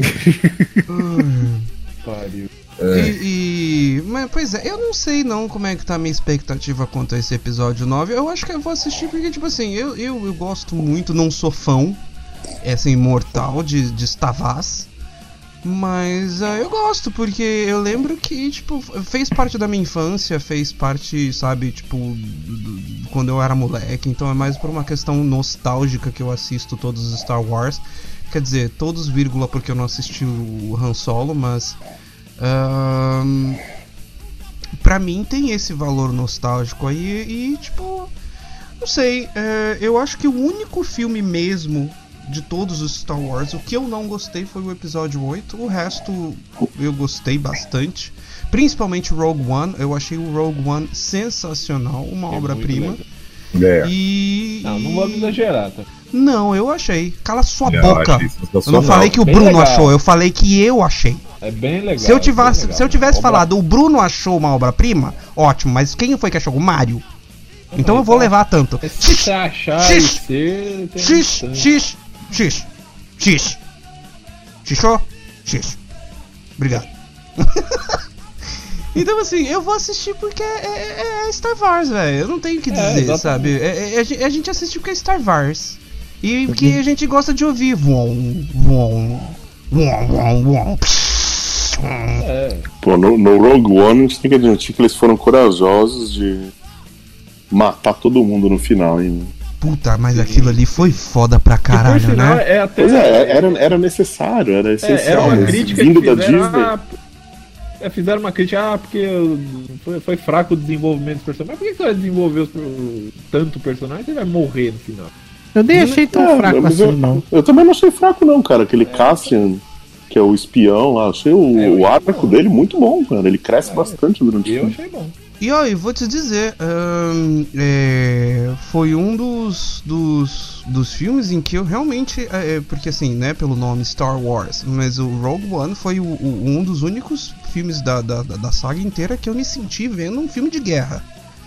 Pariu. E, e- mas, pois é, eu não sei não como é que tá a minha expectativa quanto a esse episódio nove. Eu acho que eu vou assistir porque, tipo assim, eu, eu, eu gosto muito, não sou fã, essa imortal de, de Stavaz. Mas uh, eu gosto, porque eu lembro que, tipo, fez parte da minha infância, fez parte, sabe, tipo, do, do, quando eu era moleque. Então é mais por uma questão nostálgica que eu assisto todos os Star Wars. Quer dizer, todos vírgula, porque eu não assisti o Han Solo, mas... Uh, pra mim tem esse valor nostálgico aí e, tipo... Não sei, uh, eu acho que o único filme mesmo... de todos os Star Wars, o que eu não gostei foi o episódio oito, o resto eu gostei bastante, principalmente o Rogue One. Eu achei o Rogue One sensacional, uma é obra-prima. É. E... Não, não vamos exagerar, tá? Não, eu achei. Cala sua eu boca. Eu não falei que o bem Bruno legal. achou, eu falei que eu achei. É bem legal. Se eu tivesse, legal, se eu tivesse obra... falado o Bruno achou uma obra-prima, ótimo, mas quem foi que achou? O Mário. Então eu vou levar tanto. Se você achar e ser... X, X, X, X, Xixô, X. Obrigado. Então assim, eu vou assistir porque é, é, é Star Wars, velho. Eu não tenho o que dizer, é, sabe? É, é, a gente assiste porque é Star Wars. E porque a gente gosta de ouvir. Vom, vom, vom, vom, vom. É. Pô, no, no Rogue One a gente tem que admitir que eles foram corajosos de matar todo mundo no final, hein? Puta, mas aquilo ali foi foda pra caralho, por sinal, né? É até... Pois é, era, era necessário, era essencial. É, era uma crítica vindo que da fizeram, Disney. ah, é, fizeram uma crítica, ah, porque foi, foi fraco o desenvolvimento dos personagens. Mas por que você vai desenvolver os, tanto personagem e vai morrer no final? Eu nem achei tão é, fraco assim, eu, não. Eu também não achei fraco, não, cara. Aquele é. Cassian, que é o espião lá, achei o, é, o arco dele muito bom, cara. Ele cresce é, bastante durante o filme. Eu achei bom. E ó, eu vou te dizer, um, é, foi um dos, dos, dos filmes em que eu realmente, é, porque assim, né, pelo nome Star Wars, mas o Rogue One foi o, o, um dos únicos filmes da, da, da saga inteira que eu me senti vendo um filme de guerra.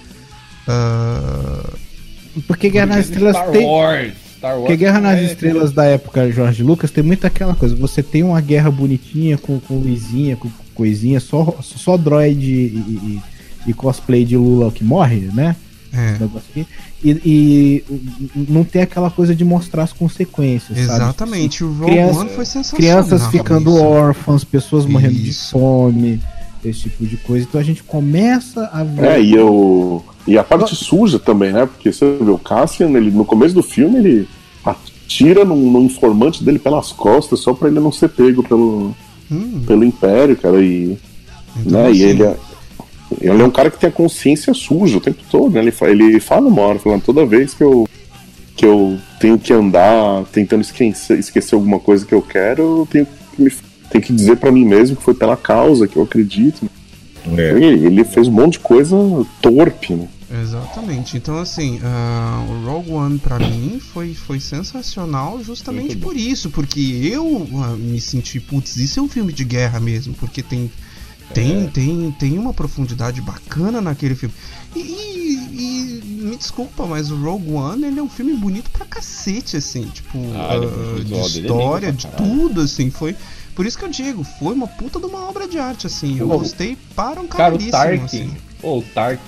Uh, porque Guerra nas Estrelas Star tem... Wars. Star Wars Porque Guerra nas é... Estrelas da época George Lucas tem muito aquela coisa, você tem uma guerra bonitinha com, com luzinha, com coisinha, só, só droid e... e, e e cosplay de Lula que morre, né? É. E, e não tem aquela coisa de mostrar as consequências. Exatamente, sabe? o Rogue Criança, One foi sensacional. Crianças ficando isso. órfãs, pessoas isso. morrendo de fome, esse tipo de coisa. Então a gente começa a ver. É, e, eu, e a parte suja também, né? Porque você vê o Cassian, ele, no começo do filme, ele atira no, no informante dele pelas costas só pra ele não ser pego pelo, hum. pelo Império, cara. E, então, né, assim, e ele é. Ele é um cara que tem a consciência suja o tempo todo, né? Ele, fa- ele fala uma hora, falando, toda vez que eu, que eu tenho que andar tentando esquecer, esquecer alguma coisa que eu quero, eu tenho que, me, tenho que dizer pra mim mesmo que foi pela causa, que eu acredito. É. Ele, ele fez um monte de coisa torpe, né? Exatamente, então assim, uh, o Rogue One pra mim foi, foi sensacional justamente por isso, porque eu uh, me senti, putz, isso é um filme de guerra mesmo, porque tem... Tem, é. tem, tem uma profundidade bacana naquele filme. E, e, e me desculpa, mas o Rogue One, ele é um filme bonito pra cacete, assim, tipo, ah, uh, de história, de tudo, assim, foi... Por isso que eu digo, foi uma puta de uma obra de arte, assim, eu oh, gostei para um caralhíssimo, cara, o Tarkin, assim. Ô, o Tarkin.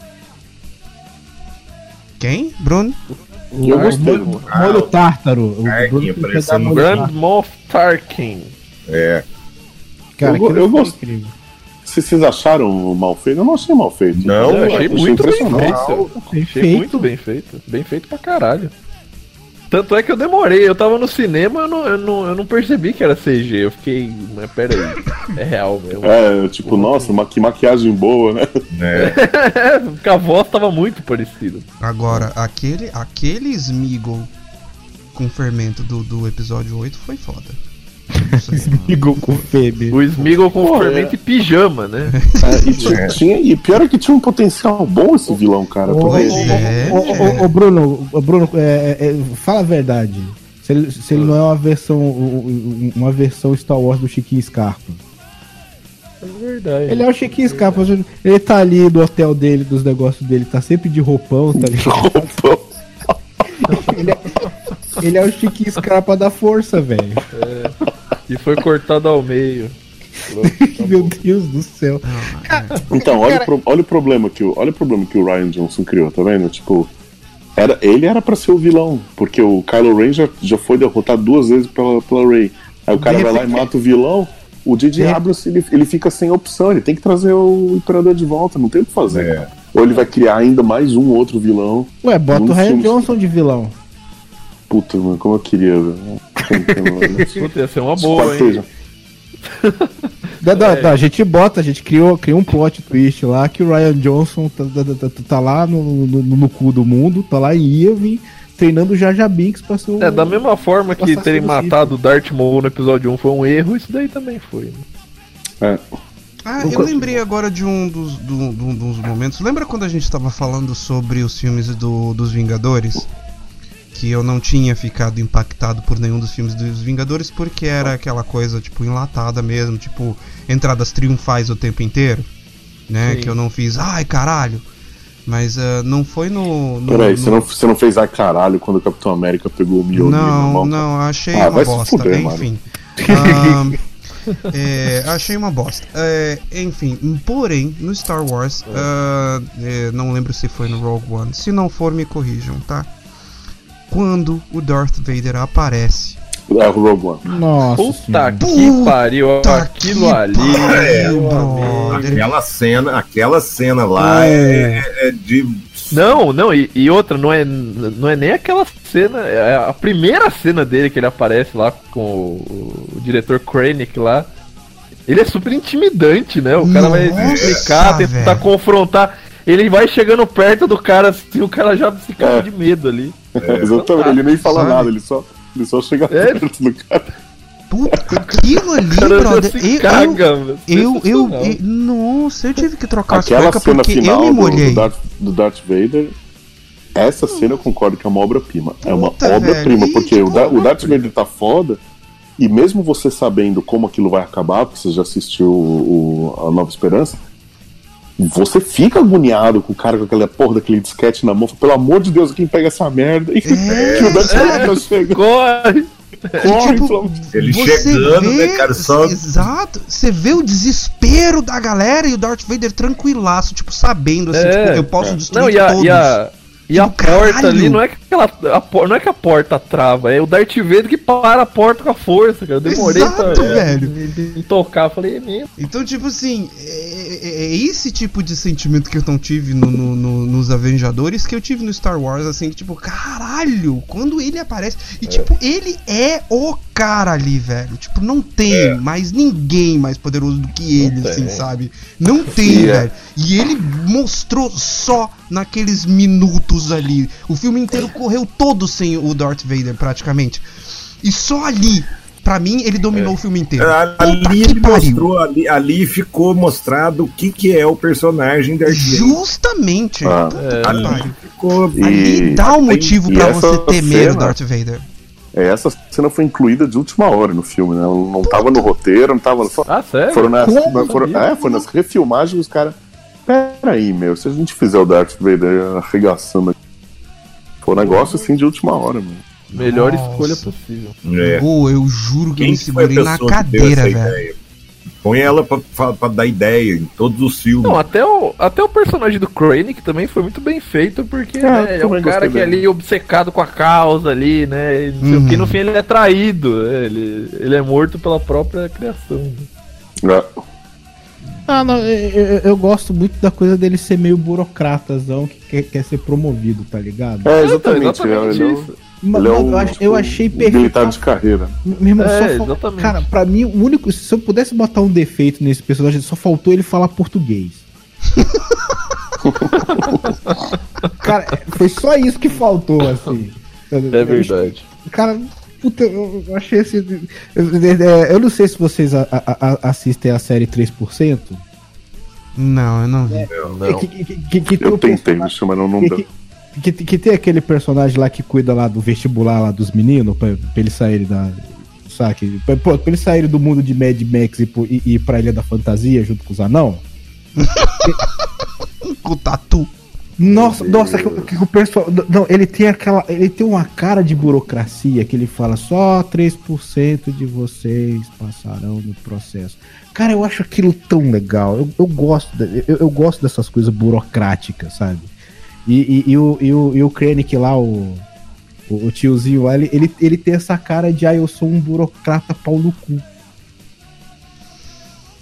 Quem? Bruno? O, eu gostei. O molho tártaro. O Tarkin, Bruno Grand Moff Tarkin. É. Cara, eu, eu gostei. Se vocês acharam mal feito, eu não achei mal feito. Não, eu achei, achei muito bem feito. Achei feito. muito bem feito. Bem feito pra caralho. Tanto é que eu demorei, eu tava no cinema, eu não, eu não, eu não percebi que era C G. Eu fiquei, mas pera aí, é real mesmo. É, tipo, nossa, ma- que maquiagem boa, né? É. Porque a voz tava muito parecida. Agora, aquele, aquele Smeagol com fermento do, do episódio oito foi foda. Smeagol com fêmea. O Smeagol com Pô, fermento é. e pijama, né? É, e, tinha, tinha, e pior é que tinha um potencial bom esse vilão, cara. Ô, é, ô, ô, ô, Bruno, ô, Bruno é, é, fala a verdade. Se ele, se ele não é uma versão, uma versão Star Wars do Chiquinho Scarpa. É verdade. Ele é o Chiquinho Scarpa. Ele tá ali no hotel dele, dos negócios dele, tá sempre de roupão, tá ligado? Roupão. Ele é, ele é o Chiquinho Scarpa da força, velho. É. E foi cortado ao meio. Meu Deus do céu. Então, olha, cara... o pro, olha o problema que o, olha o problema que o Rian Johnson criou, tá vendo? Tipo, era, ele era pra ser o vilão, porque o Kylo Ren já, já foi derrotado duas vezes pela, pela Rey. Aí o cara vai lá e mata o vilão. o J J É. Abrams, ele, ele fica sem opção, ele tem que trazer o Imperador de volta, não tem o que fazer. É. Cara. Ou ele vai criar ainda mais um outro vilão. Ué, bota Num o Ryan filme- Johnson de vilão. Puta, mano, como eu queria, velho. Puta, ia ser uma boa, hein? Da, da, da, a gente bota, a gente criou, criou um plot twist lá que o Ryan Johnson tá, tá, tá, tá lá no, no, no cu do mundo, tá lá em Yavin, treinando o Jar Jar Binks pra ser o... É, da mesma forma que Assassino terem do matado o Darth Maul no episódio um foi um erro, isso daí também foi. Né? É. Ah, eu lembrei agora de um dos, do, do, dos momentos. Lembra quando a gente tava falando sobre os filmes do, dos Vingadores? Que eu não tinha ficado impactado por nenhum dos filmes dos Vingadores porque era aquela coisa, tipo, enlatada mesmo, tipo, entradas triunfais o tempo inteiro, né? Sim. Que eu não fiz, ai caralho. Mas uh, não foi no. no Peraí, no... você, não, você não fez ai caralho quando o Capitão América pegou o Mjolnir na Não, mão? não, achei Ah, uma vai se bosta. fuder, Enfim. Ahn, é, achei uma bosta. É, enfim, porém, no Star Wars, ah, é, não lembro se foi no Rogue One. Se não for, me corrijam, tá? Quando o Darth Vader aparece. É o Rogue One. Nossa Puta senhora. que pariu, Puta aquilo que ali. pariu, meu amigo. brother. Aquela cena, aquela cena lá é, é de. Não, não, e, e outra, não é, não é nem aquela cena, é a primeira cena dele que ele aparece lá com o, o diretor Krennic lá. Ele é super intimidante, né? O cara vai Nossa, explicar, tentar velho. confrontar. Ele vai chegando perto do cara assim, o cara já se caga É. de medo ali. É, exatamente, ele nem fala Sabe? nada, ele só, ele só chega É. perto do cara. Puta, aquilo ali, O cara já brother. se Eu, caga, eu, mano. eu, eu, Sensacional. eu- Nossa, eu tive que trocar as Aquela cuecas cena porque eu final me do, molhei. do, Darth, do Darth Vader, essa cena eu concordo que é uma obra-prima. É uma Puta, obra-prima, velho, porque e, o, tipo, Da- o Darth Vader tá foda, e mesmo você sabendo como aquilo vai acabar, porque você já assistiu o, o- a Nova Esperança, você fica agoniado com o cara com aquela porra daquele disquete na mão. Pelo amor de Deus, quem pega essa merda? E É, que o Darth Vader chega. Corre! Corre, tipo, pelo amor de Deus. Ele Você chegando, vê- né, cara? Só. Exato. Você vê o desespero da galera e o Darth Vader tranquilaço, tipo, sabendo assim, É, tipo, eu posso é. destruir Não, e a, todos. e a, e a Tipo, porta caralho. ali não é que aquela. A, por- não é que a porta trava, é o Darth Vader que para a porta com a força, cara. Eu demorei Exato, pra velho. me- me tocar, falei, é mesmo. Então, tipo assim, é, é- é esse tipo de sentimento que eu não tive no, no- no- nos Avengers que eu tive no Star Wars, assim, que tipo, caralho, quando ele aparece. E tipo, ele é o cara ali, velho. Tipo, não tem É. mais ninguém mais poderoso do que ele, Não assim, tem. sabe? Não tem, E é. velho. E ele mostrou só naqueles minutos ali. O filme inteiro correu todo sem o Darth Vader, praticamente. E só ali, pra mim, ele dominou o filme inteiro. Puta Ali que ele pariu. mostrou, ali, ali ficou mostrado o que, que é o personagem Darth Vader. Justamente. Ah. Puta que Ali pariu. ficou. E- Ali dá um motivo e pra essa você temer o cena- Darth Vader. É, essa cena foi incluída de última hora no filme, né? Ela não tava no roteiro, não tava. Só, Ah, sério? foram nas, Como? na- foram, é, foi nas refilmagens os caras. Pera aí, meu, se a gente fizer o Darth Vader arregaçando aqui. Foi um negócio assim de última hora, mano. Melhor Nossa. escolha possível. É. Pô, eu juro que eu Quem me que foi a segurei na pessoa que deu cadeira, essa velho. ideia? Põe ela pra, pra, pra dar ideia em todos os filmes. Não, até o, até o personagem do Krennic também foi muito bem feito, porque É, né, é um também cara gostei que é dele. ali obcecado com a causa ali, né? E não sei o que, Uhum. no fim ele é traído, né, ele, ele é morto pela própria criação. né? É. Ah, não, eu, eu- eu gosto muito da coisa dele ser meio burocratazão, que quer, quer ser promovido, tá ligado? É, Então, exatamente. ele é o- isso. Mas, ele é mas o- eu, ach- eu achei o perfeito. militar de carreira. Meu irmão, É, só fal- exatamente. Cara, pra mim, o único. Se eu pudesse botar um defeito nesse personagem, só faltou ele falar português. Cara, foi só isso que faltou, assim. É verdade. Cara, puta, eu eu achei esse. Eu, eu- eu não sei se vocês a- a- a- assistem a série três por cento. Não, eu não vi. Não. Que, que, que, que tem Eu o tentei, personagem- bicho, mas não, não que, deu. que, que, que tem aquele personagem lá que cuida lá do vestibular lá dos meninos, pra, pra eles saírem da. Saque? Pra, pô, pra eles saírem do mundo de Mad Max e, pro- e, e ir pra Ilha da Fantasia junto com os anão. Com o tatu. Nossa, nossa, que, que o pessoal. Não, ele tem aquela. Ele tem uma cara de burocracia que ele fala só três por cento de vocês passarão no processo. Cara, eu acho aquilo tão legal. Eu, eu gosto, de- eu, eu gosto dessas coisas burocráticas, sabe? E, e, e o, e, o, e o Krennic lá, o, o, o tiozinho lá, ele, ele, ele tem essa cara de ah, eu sou um burocrata pau no cu.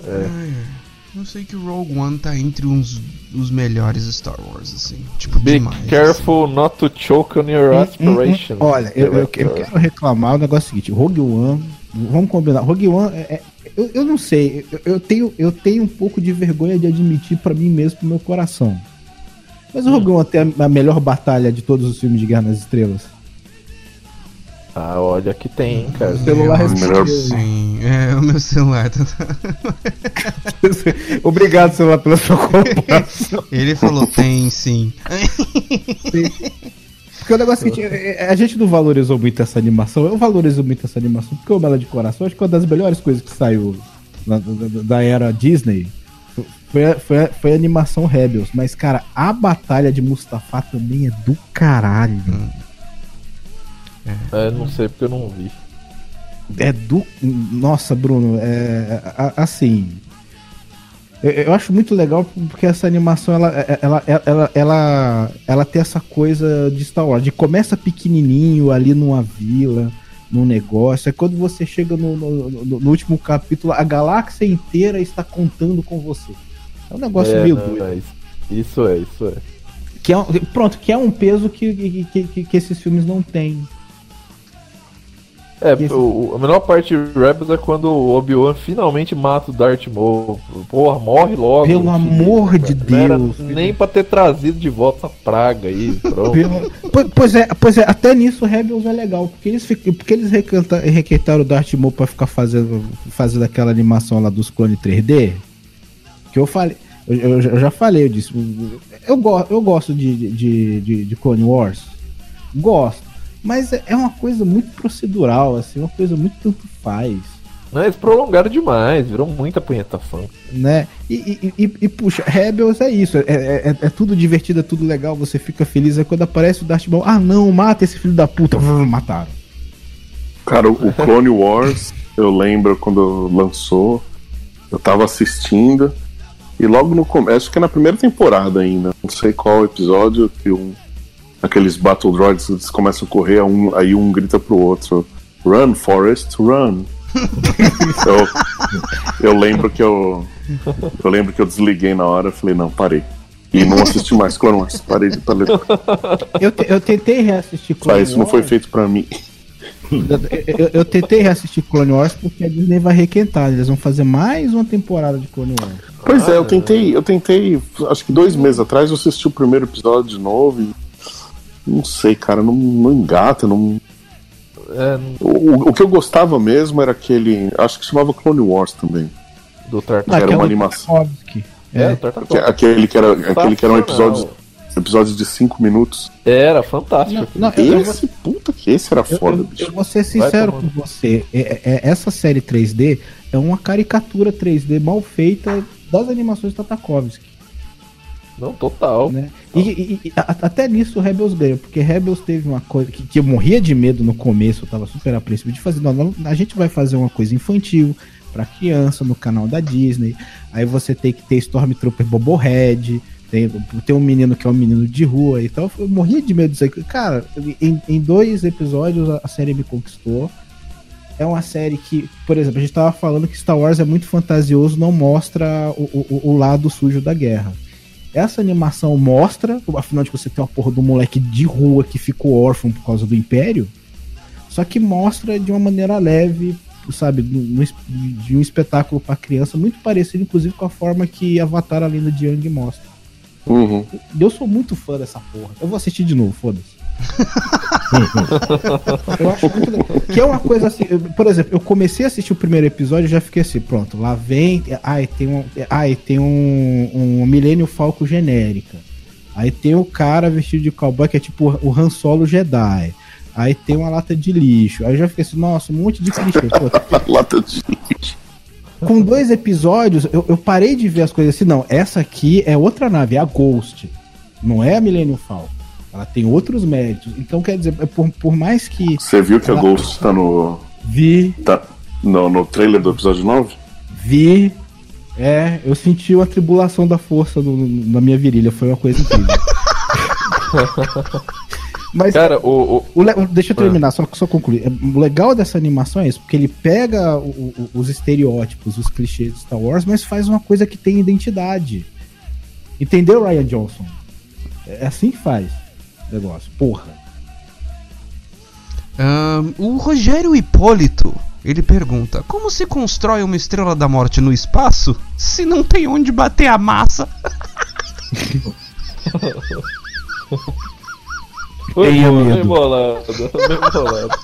É. Ai, eu sei que o Rogue One tá entre uns, os melhores Star Wars, assim. Tipo, Be demais. careful assim. Not to choke on your aspirations. Hum, hum, hum. Olha, eu, eu, eu quero reclamar o negócio seguinte. Rogue One, vamos combinar. Rogue One, é, é, eu, eu não sei. Eu, eu, tenho, eu tenho um pouco de vergonha de admitir pra mim mesmo, pro meu coração. Mas o Rogue One tem a, a melhor batalha de todos os filmes de Guerra nas Estrelas. Ah, olha que tem, hein, cara. O celular eu, respondeu. Sim, é o meu celular. Obrigado, celular, pela sua comparação. Ele falou, tem sim. Porque o negócio é que a gente não valorizou muito essa animação. Eu valorizo muito essa animação porque eu amo ela de coração. Acho que uma das melhores coisas que saiu na, da, da era Disney foi a, foi, a, foi a animação Rebels. Mas, cara, a batalha de Mustafá também é do caralho. Hum. É, não sei porque eu não vi. É do... Nossa, Bruno, é... Assim... Eu, eu acho muito legal porque essa animação, ela, ela, ela, ela, ela, ela tem essa coisa de Star Wars, de começa pequenininho ali numa vila, num negócio, é quando você chega no, no, no, no último capítulo, a galáxia inteira está contando com você. É um negócio é, meio não, doido. É isso. isso é, isso é. Que é pronto, que é um peso que, que, que, que esses filmes não têm. É, o, a melhor parte de Rebels é quando o Obi-Wan finalmente mata o Darth Maul. Porra, morre logo. Pelo amor de Deus. Não era nem pra ter trazido de volta essa praga aí. Pelo... pois, é, pois é, até nisso o Rebels é legal. Porque eles, ficam, porque eles requentaram o Darth Maul pra ficar fazendo, fazendo aquela animação lá dos clones três D. Que eu falei. Eu, eu, eu já falei, eu disse. Eu, go, eu gosto de, de, de, de Clone Wars. Gosto. Mas é uma coisa muito procedural, assim, uma coisa muito tanto faz. Não, eles prolongaram demais, virou muita punhetação. Né? E, e, e, e puxa, Rebels é isso, é, é, é tudo divertido, é tudo legal, você fica feliz. Aí quando aparece o Darth Maul, ah não, mata esse filho da puta, mataram. Cara, o Clone Wars, eu lembro quando lançou, eu tava assistindo, e logo no começo, acho que é na primeira temporada ainda, não sei qual episódio, que um. Aqueles Battle Droids, eles começam a correr, um, aí um grita pro outro: Run, Forrest, run. eu, eu lembro que eu Eu lembro que eu desliguei na hora, falei, não, parei. E não assisti mais Clone Wars, parei de parei. Eu, te, eu tentei reassistir Clone Wars. Ah, isso não foi feito pra mim. Eu, eu, eu tentei reassistir Clone Wars porque a Disney vai requentar, eles vão fazer mais uma temporada de Clone Wars. Pois é, eu tentei, eu tentei, acho que dois meses atrás eu assisti o primeiro episódio de novo e não sei, cara, não, não engata, não... É, não... O, o que eu gostava mesmo era aquele, acho que chamava Clone Wars também. Do Tartakovsky. Que era uma animação. É, é Tartakovsky. Aquele que era, aquele que era um episódio, episódio de cinco minutos. Era fantástico. Não, não, esse, eu, puta que esse era foda, eu, bicho. Eu vou ser sincero com você, é, é, essa série três D é uma caricatura três D mal feita das animações Tartakovsky. Não, total. Né? E, e, e a, até nisso o Rebels ganha, porque Rebels teve uma coisa que, que eu morria de medo no começo, eu tava super apreensivo de fazer. Não, não, a gente vai fazer uma coisa infantil pra criança no canal da Disney. Aí você tem que ter Stormtrooper Bobohead, tem, tem um menino que é um menino de rua e tal. Eu morria de medo disso aí. Cara, em, em dois episódios a, a série me conquistou. É uma série que, por exemplo, a gente tava falando que Star Wars é muito fantasioso, não mostra o, o, o lado sujo da guerra. Essa animação mostra, afinal de você tem uma porra do moleque de rua que ficou órfão por causa do Império, só que mostra de uma maneira leve, sabe, no, de um espetáculo pra criança, muito parecido, inclusive, com a forma que Avatar, a Lenda de Aang mostra. Uhum. Eu sou muito fã dessa porra. Eu vou assistir de novo, foda-se. Eu acho muito legal. Que é uma coisa assim, eu, por exemplo, eu comecei a assistir o primeiro episódio e já fiquei assim, pronto, lá vem, ai, tem um, ai, tem um, um Millennium Falcon genérica. Aí tem o cara vestido de cowboy que é tipo o Han Solo Jedi. Aí tem uma lata de lixo. Aí eu já fiquei assim, nossa, um monte de clichê. Pô, lata de lixo. Com dois episódios, eu, eu parei de ver as coisas assim, não, essa aqui é outra nave, é a Ghost. Não é a Millennium Falcon. Ela tem outros méritos. Então, quer dizer, por, por mais que... Você viu que ela... a Ghost tá no... Vi. Tá no, no trailer do episódio nove? Vi. É, eu senti uma tribulação da força no, no, na minha virilha. Foi uma coisa incrível. Mas, cara, o, o... o le... deixa eu terminar, só, só concluir. O legal dessa animação é isso, porque ele pega o, o, os estereótipos, os clichês de Star Wars, mas faz uma coisa que tem identidade. Entendeu, Rian Johnson? É assim que faz o negócio, porra. Um, o Rogério Hipólito, ele pergunta: como se constrói uma Estrela da Morte no espaço se não tem onde bater a massa? Foi bem bolado, bem bolado.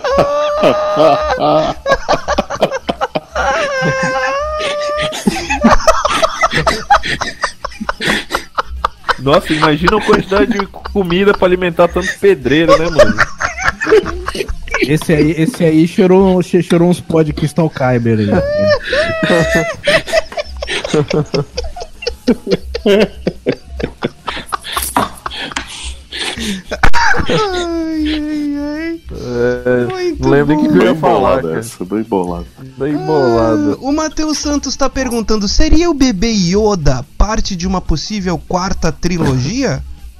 Nossa, imagina a quantidade de comida pra alimentar tanto pedreiro, né, mano? Esse aí, esse aí cheirou, cheirou uns pod Crystal Kyber aí. Ai, ai, ai. É, não lembro o que, que eu ia falar, cara. Essa, bem bolado. Bem bolado. Ah, o Matheus Santos tá perguntando: seria o bebê Yoda parte de uma possível quarta trilogia?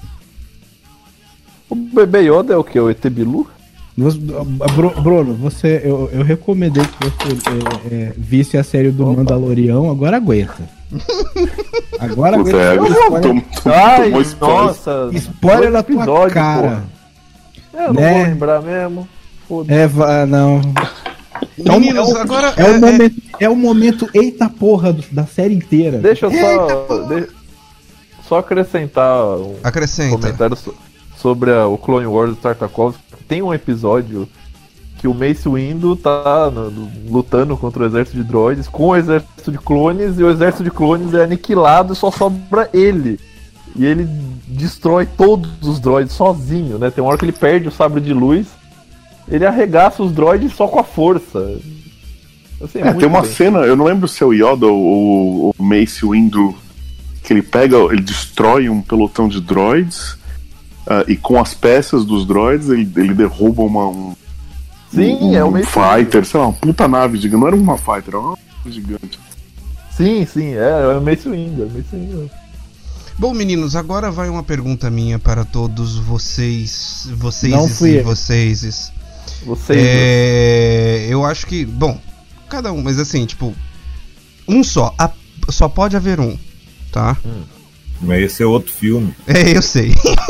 O bebê Yoda é o que? O E T Bilu? Você, Bruno, você, eu, eu recomendei que você é, é, visse a série do Opa. Mandalorião, agora aguenta. Agora Puta, aguenta. É, Spoiler. tom, tom, Ai, spoiler. nossa. Spoiler na tua episódio, cara. É, eu né? não vou lembrar mesmo. Foda-se. É, va- não. Meninos, é o, agora é, o momento, é o momento eita porra do- da série inteira. Deixa eu Eita, só, porra. de- só acrescentar um Acrescenta. comentário so- sobre a- o Clone Wars do Tartakovsky. Tem um episódio que o Mace Windu tá no- no- lutando contra o exército de droids com o exército de clones, e o exército de clones é aniquilado e só sobra ele. E ele destrói todos os droids sozinho, né? Tem uma hora que ele perde o sabre de luz, ele arregaça os droids só com a força. Assim, É, tem uma bem. cena, eu não lembro se é o Yoda ou o Mace Windu, que ele pega, ele destrói um pelotão de droids, uh, e com as peças dos droids ele, ele derruba uma, um, Sim, um, é o um Mace fighter, sei lá, uma puta nave gigante, não era uma fighter, era uma nave gigante. Sim, sim, é, é o Mace Windu, é o Mace Windu. Bom, meninos, agora vai uma pergunta minha para todos vocês. Vocês Não fui e eu. vocês. Vocês. É, eu acho que, bom, cada um, mas assim, tipo, um só. A- só pode haver um, tá? Mas esse é outro filme. É, eu sei.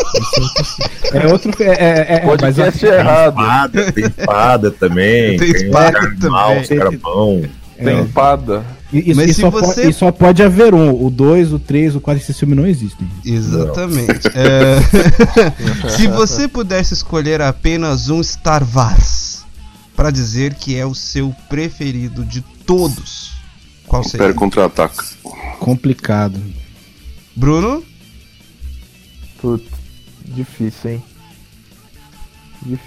É outro. É, é, é, mas Podcast a- é errado. Espada, tem espada também. Tem espada cara também. mal, os caras bom. Tem espada. E, e- Mas e se só você- pode, e só pode haver um. O dois, o três, o quatro, esses filmes não existem. Exatamente. É, se você pudesse escolher apenas um Star Wars para dizer que é o seu preferido de todos, qual seria? Império Contra-Ataca. Complicado. Bruno? Putz, difícil, hein? Dif...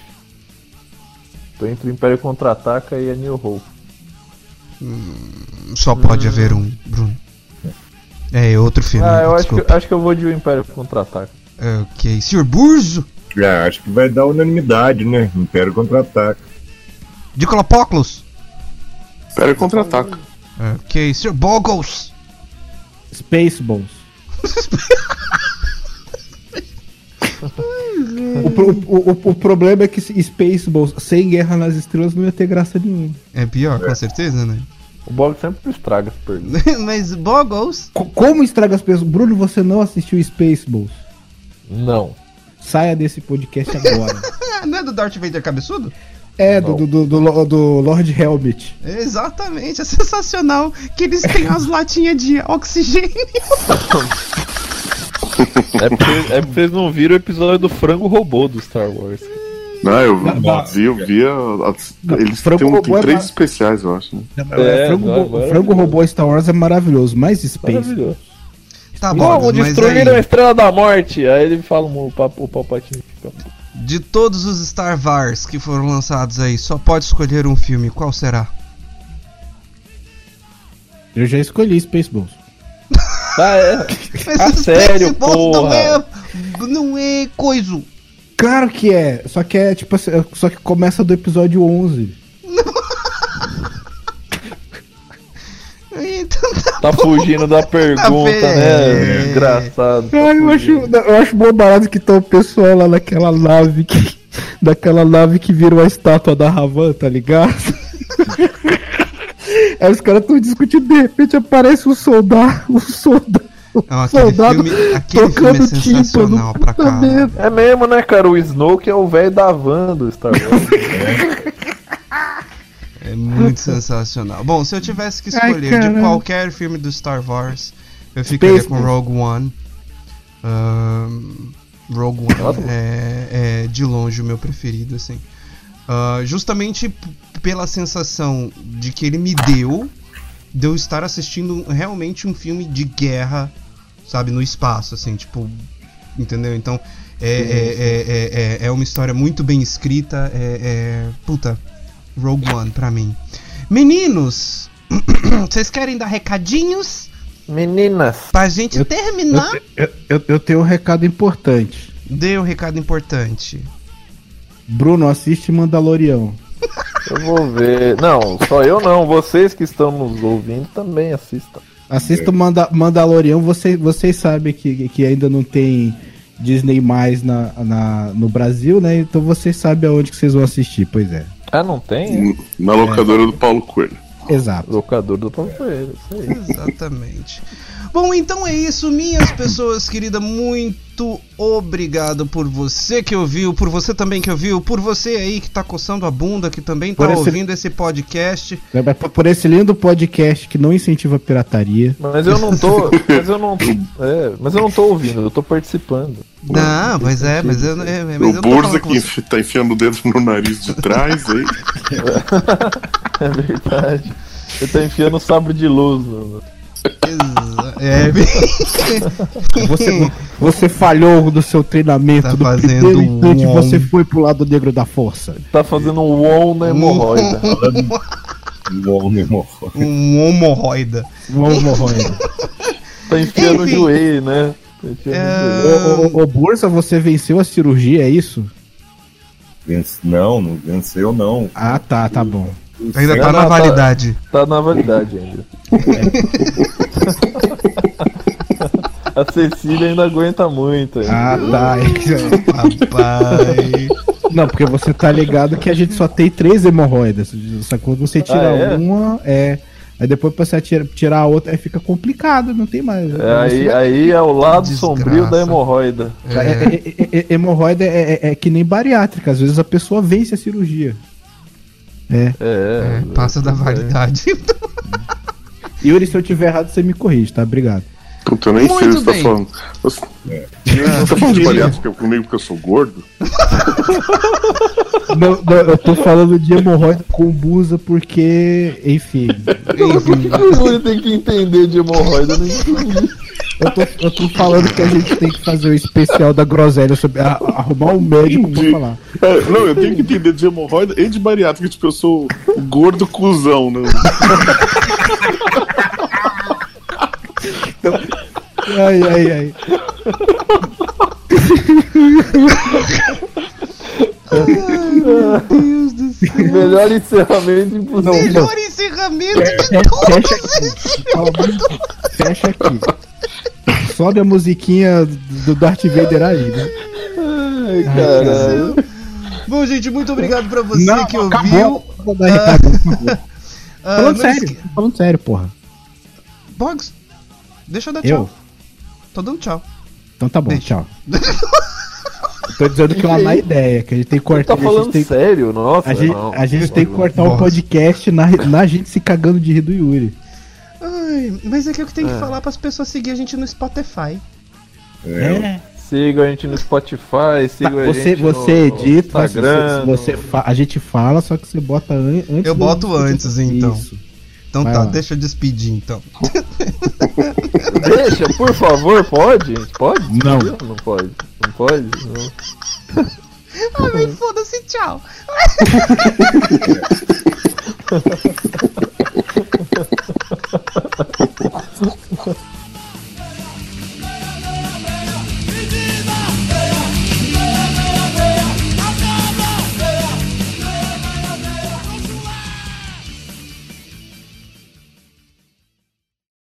Tô entre o Império Contra-Ataca e a New Hope. Só pode haver um, Bruno. É outro filme. Ah, eu acho desculpa. que, acho que eu vou de o Império Contra-Ataca. Ok. senhor Burzo? É, acho que vai dar unanimidade, né? Império Contra-Ataca. Dicolopóculos? Império Contra-Ataca. Ok. senhor Boggles? Spaceballs. o, pro- o, o, o problema é que Spaceballs sem Guerra nas Estrelas não ia ter graça nenhuma. É pior, com certeza, né? O Bog sempre estraga as perguntas. Mas Boggles? Co- como estraga as pessoas? Bruno, você não assistiu Spaceballs? Não. Saia desse podcast agora. Ah, não é do Darth Vader cabeçudo? É, do, do, do, do, do Lord Helmet. Exatamente, é sensacional que eles têm as latinhas de oxigênio. É porque, é porque vocês não viram o episódio do frango robô do Star Wars. Não, eu Nossa, vi, eu vi a, a- eles Frango têm, um, tem Robô é três ma- especiais, eu acho, né? É, frango, não, Ro- maravilhoso. frango Robô Star Wars é maravilhoso, mas Space. Maravilhoso. Tá bom, Como mas destruíram a aí, Estrela da Morte? Aí ele fala o, papo, o Palpatine. de todos os Star Wars que foram lançados aí, só pode escolher um filme, qual será? Eu já escolhi Spaceballs. Ah, é. Mas Ah, esse sério, Spaceballs porra. não é, não é coisa. Claro que é, só que é tipo assim, só que começa do episódio onze. Então tá, tá fugindo da pergunta, tá né? Desgraçado. Tá eu, acho, eu acho bom barato que tá o pessoal lá naquela nave que. Daquela nave que vira uma estátua da Havan, tá ligado? Aí os caras tão discutindo, de repente aparece um soldado, um soldado. Não, aquele soldado filme, aquele filme é sensacional pra cá. É mesmo, né, cara? O Snoke é o velho da van do Star Wars. É muito sensacional. Bom, se eu tivesse que escolher Ai, de qualquer filme do Star Wars, eu ficaria Space com Rogue One. Um, Rogue One é, é de longe o meu preferido, assim. Uh, justamente p- pela sensação de que ele me deu de eu estar assistindo realmente um filme de guerra, sabe, no espaço, assim, tipo, entendeu? Então, é, é, é, é, é uma história muito bem escrita, é, é puta, Rogue One pra mim. Meninos, vocês querem dar recadinhos? Meninas, pra gente eu, terminar? Eu, eu, eu tenho um recado importante. Dê um recado importante. Bruno, assiste Mandalorião. Eu vou ver. Não, só eu não. Vocês que estão nos ouvindo também assistam. Assista Manda Mandalorião. Vocês, vocês sabem que, que ainda não tem Disney mais na, na, no Brasil, né? Então vocês sabem aonde que vocês vão assistir, pois é. Ah, não tem? É? Na locadora é. do Paulo Coelho. Exato. Locador do Paulo Coelho, isso aí. Exatamente. Bom, então é isso, minhas pessoas queridas. Muito obrigado por você que ouviu, por você também que ouviu, por você aí que tá coçando a bunda, que também tá esse... ouvindo esse podcast. Por esse lindo podcast que não incentiva a pirataria. Mas eu não tô. Mas eu não tô. É, mas eu não tô ouvindo, eu tô participando. Não, mas é, mas eu, é, mas o eu Burza que enfi, tá enfiando o dedo no nariz de trás aí. É verdade. Ele tá enfiando o sabre de luz, mano. É, você, você falhou no seu treinamento tá do fazendo primeiro um você foi pro lado negro da força. Tá fazendo um on na hemorroida. Um on na hemorroida. Um hemorroida. Um hemorroida. Tá enfiando o joelho, né? Tá é... Ô, ô, ô, Bursa, você venceu a cirurgia, é isso? Vence... Não, não venceu não. Ah, tá, tá bom. Ainda tá na validade. Tá, tá na validade ainda. A Cecília ainda aguenta muito. Ainda. Ah, tá. Papai. Não, porque você tá ligado que a gente só tem três hemorroidas. Só que quando você tira ah, é? uma, é. Aí depois pra você tirar, tirar a outra, aí fica complicado, não tem mais. É, aí, aí é o lado Desgraça. sombrio da hemorroida. É. É, é, é, hemorroida é, é, é que nem bariátrica, às vezes a pessoa vence a cirurgia. É. É, é passa da validade. Yuri, se eu tiver errado, você me corrige, tá? Obrigado. Puta, eu nem sei o que você tá falando. Você, é. você tá falando de bariátrica comigo porque eu sou gordo? Não, não, eu tô falando de hemorroida com busa porque, enfim. Não, por que, que o Yuri tem que entender de hemorroida? Eu não entendi. Eu tô, eu tô falando que a gente tem que fazer o um especial da groselha sobre a, arrumar um médico pra falar. É, não, eu tenho que entender de hemorroida e de bariátrica, tipo, eu sou o gordo cuzão, né? Então, ai, ai, ai. Ai, meu Deus do céu. Melhor encerramento impossível. Melhor encerramento de todos esses filmes. Fecha aqui. Sobe a musiquinha do Darth Vader aí, né? Ai, caralho. Bom, gente, muito obrigado pra você não, que acabou. ouviu. Uh, falando uh, sério, esque... falando sério, porra. Boggs, deixa eu dar tchau. Eu? Tô dando tchau. Então tá bom, deixa. Tchau. Tô dizendo que é uma má ideia, que a gente tem que cortar. Tá falando tem... sério? Nossa, a gente, não. A gente tem que cortar um podcast na, na gente se cagando de rir do Yuri. Ai, mas é que eu tenho que é. falar para as pessoas seguir a gente no Spotify. É. Siga a gente no Spotify, siga tá, a gente você, no você edita, Instagram. Você, você fa... a gente fala, só que você bota an antes. Eu boto antes, então. Isso. Então Vai tá, lá. deixa eu despedir, então. Deixa, por favor, pode? Pode? Não. Não pode. Não pode? Não. Ah, mas foda-se, tchau.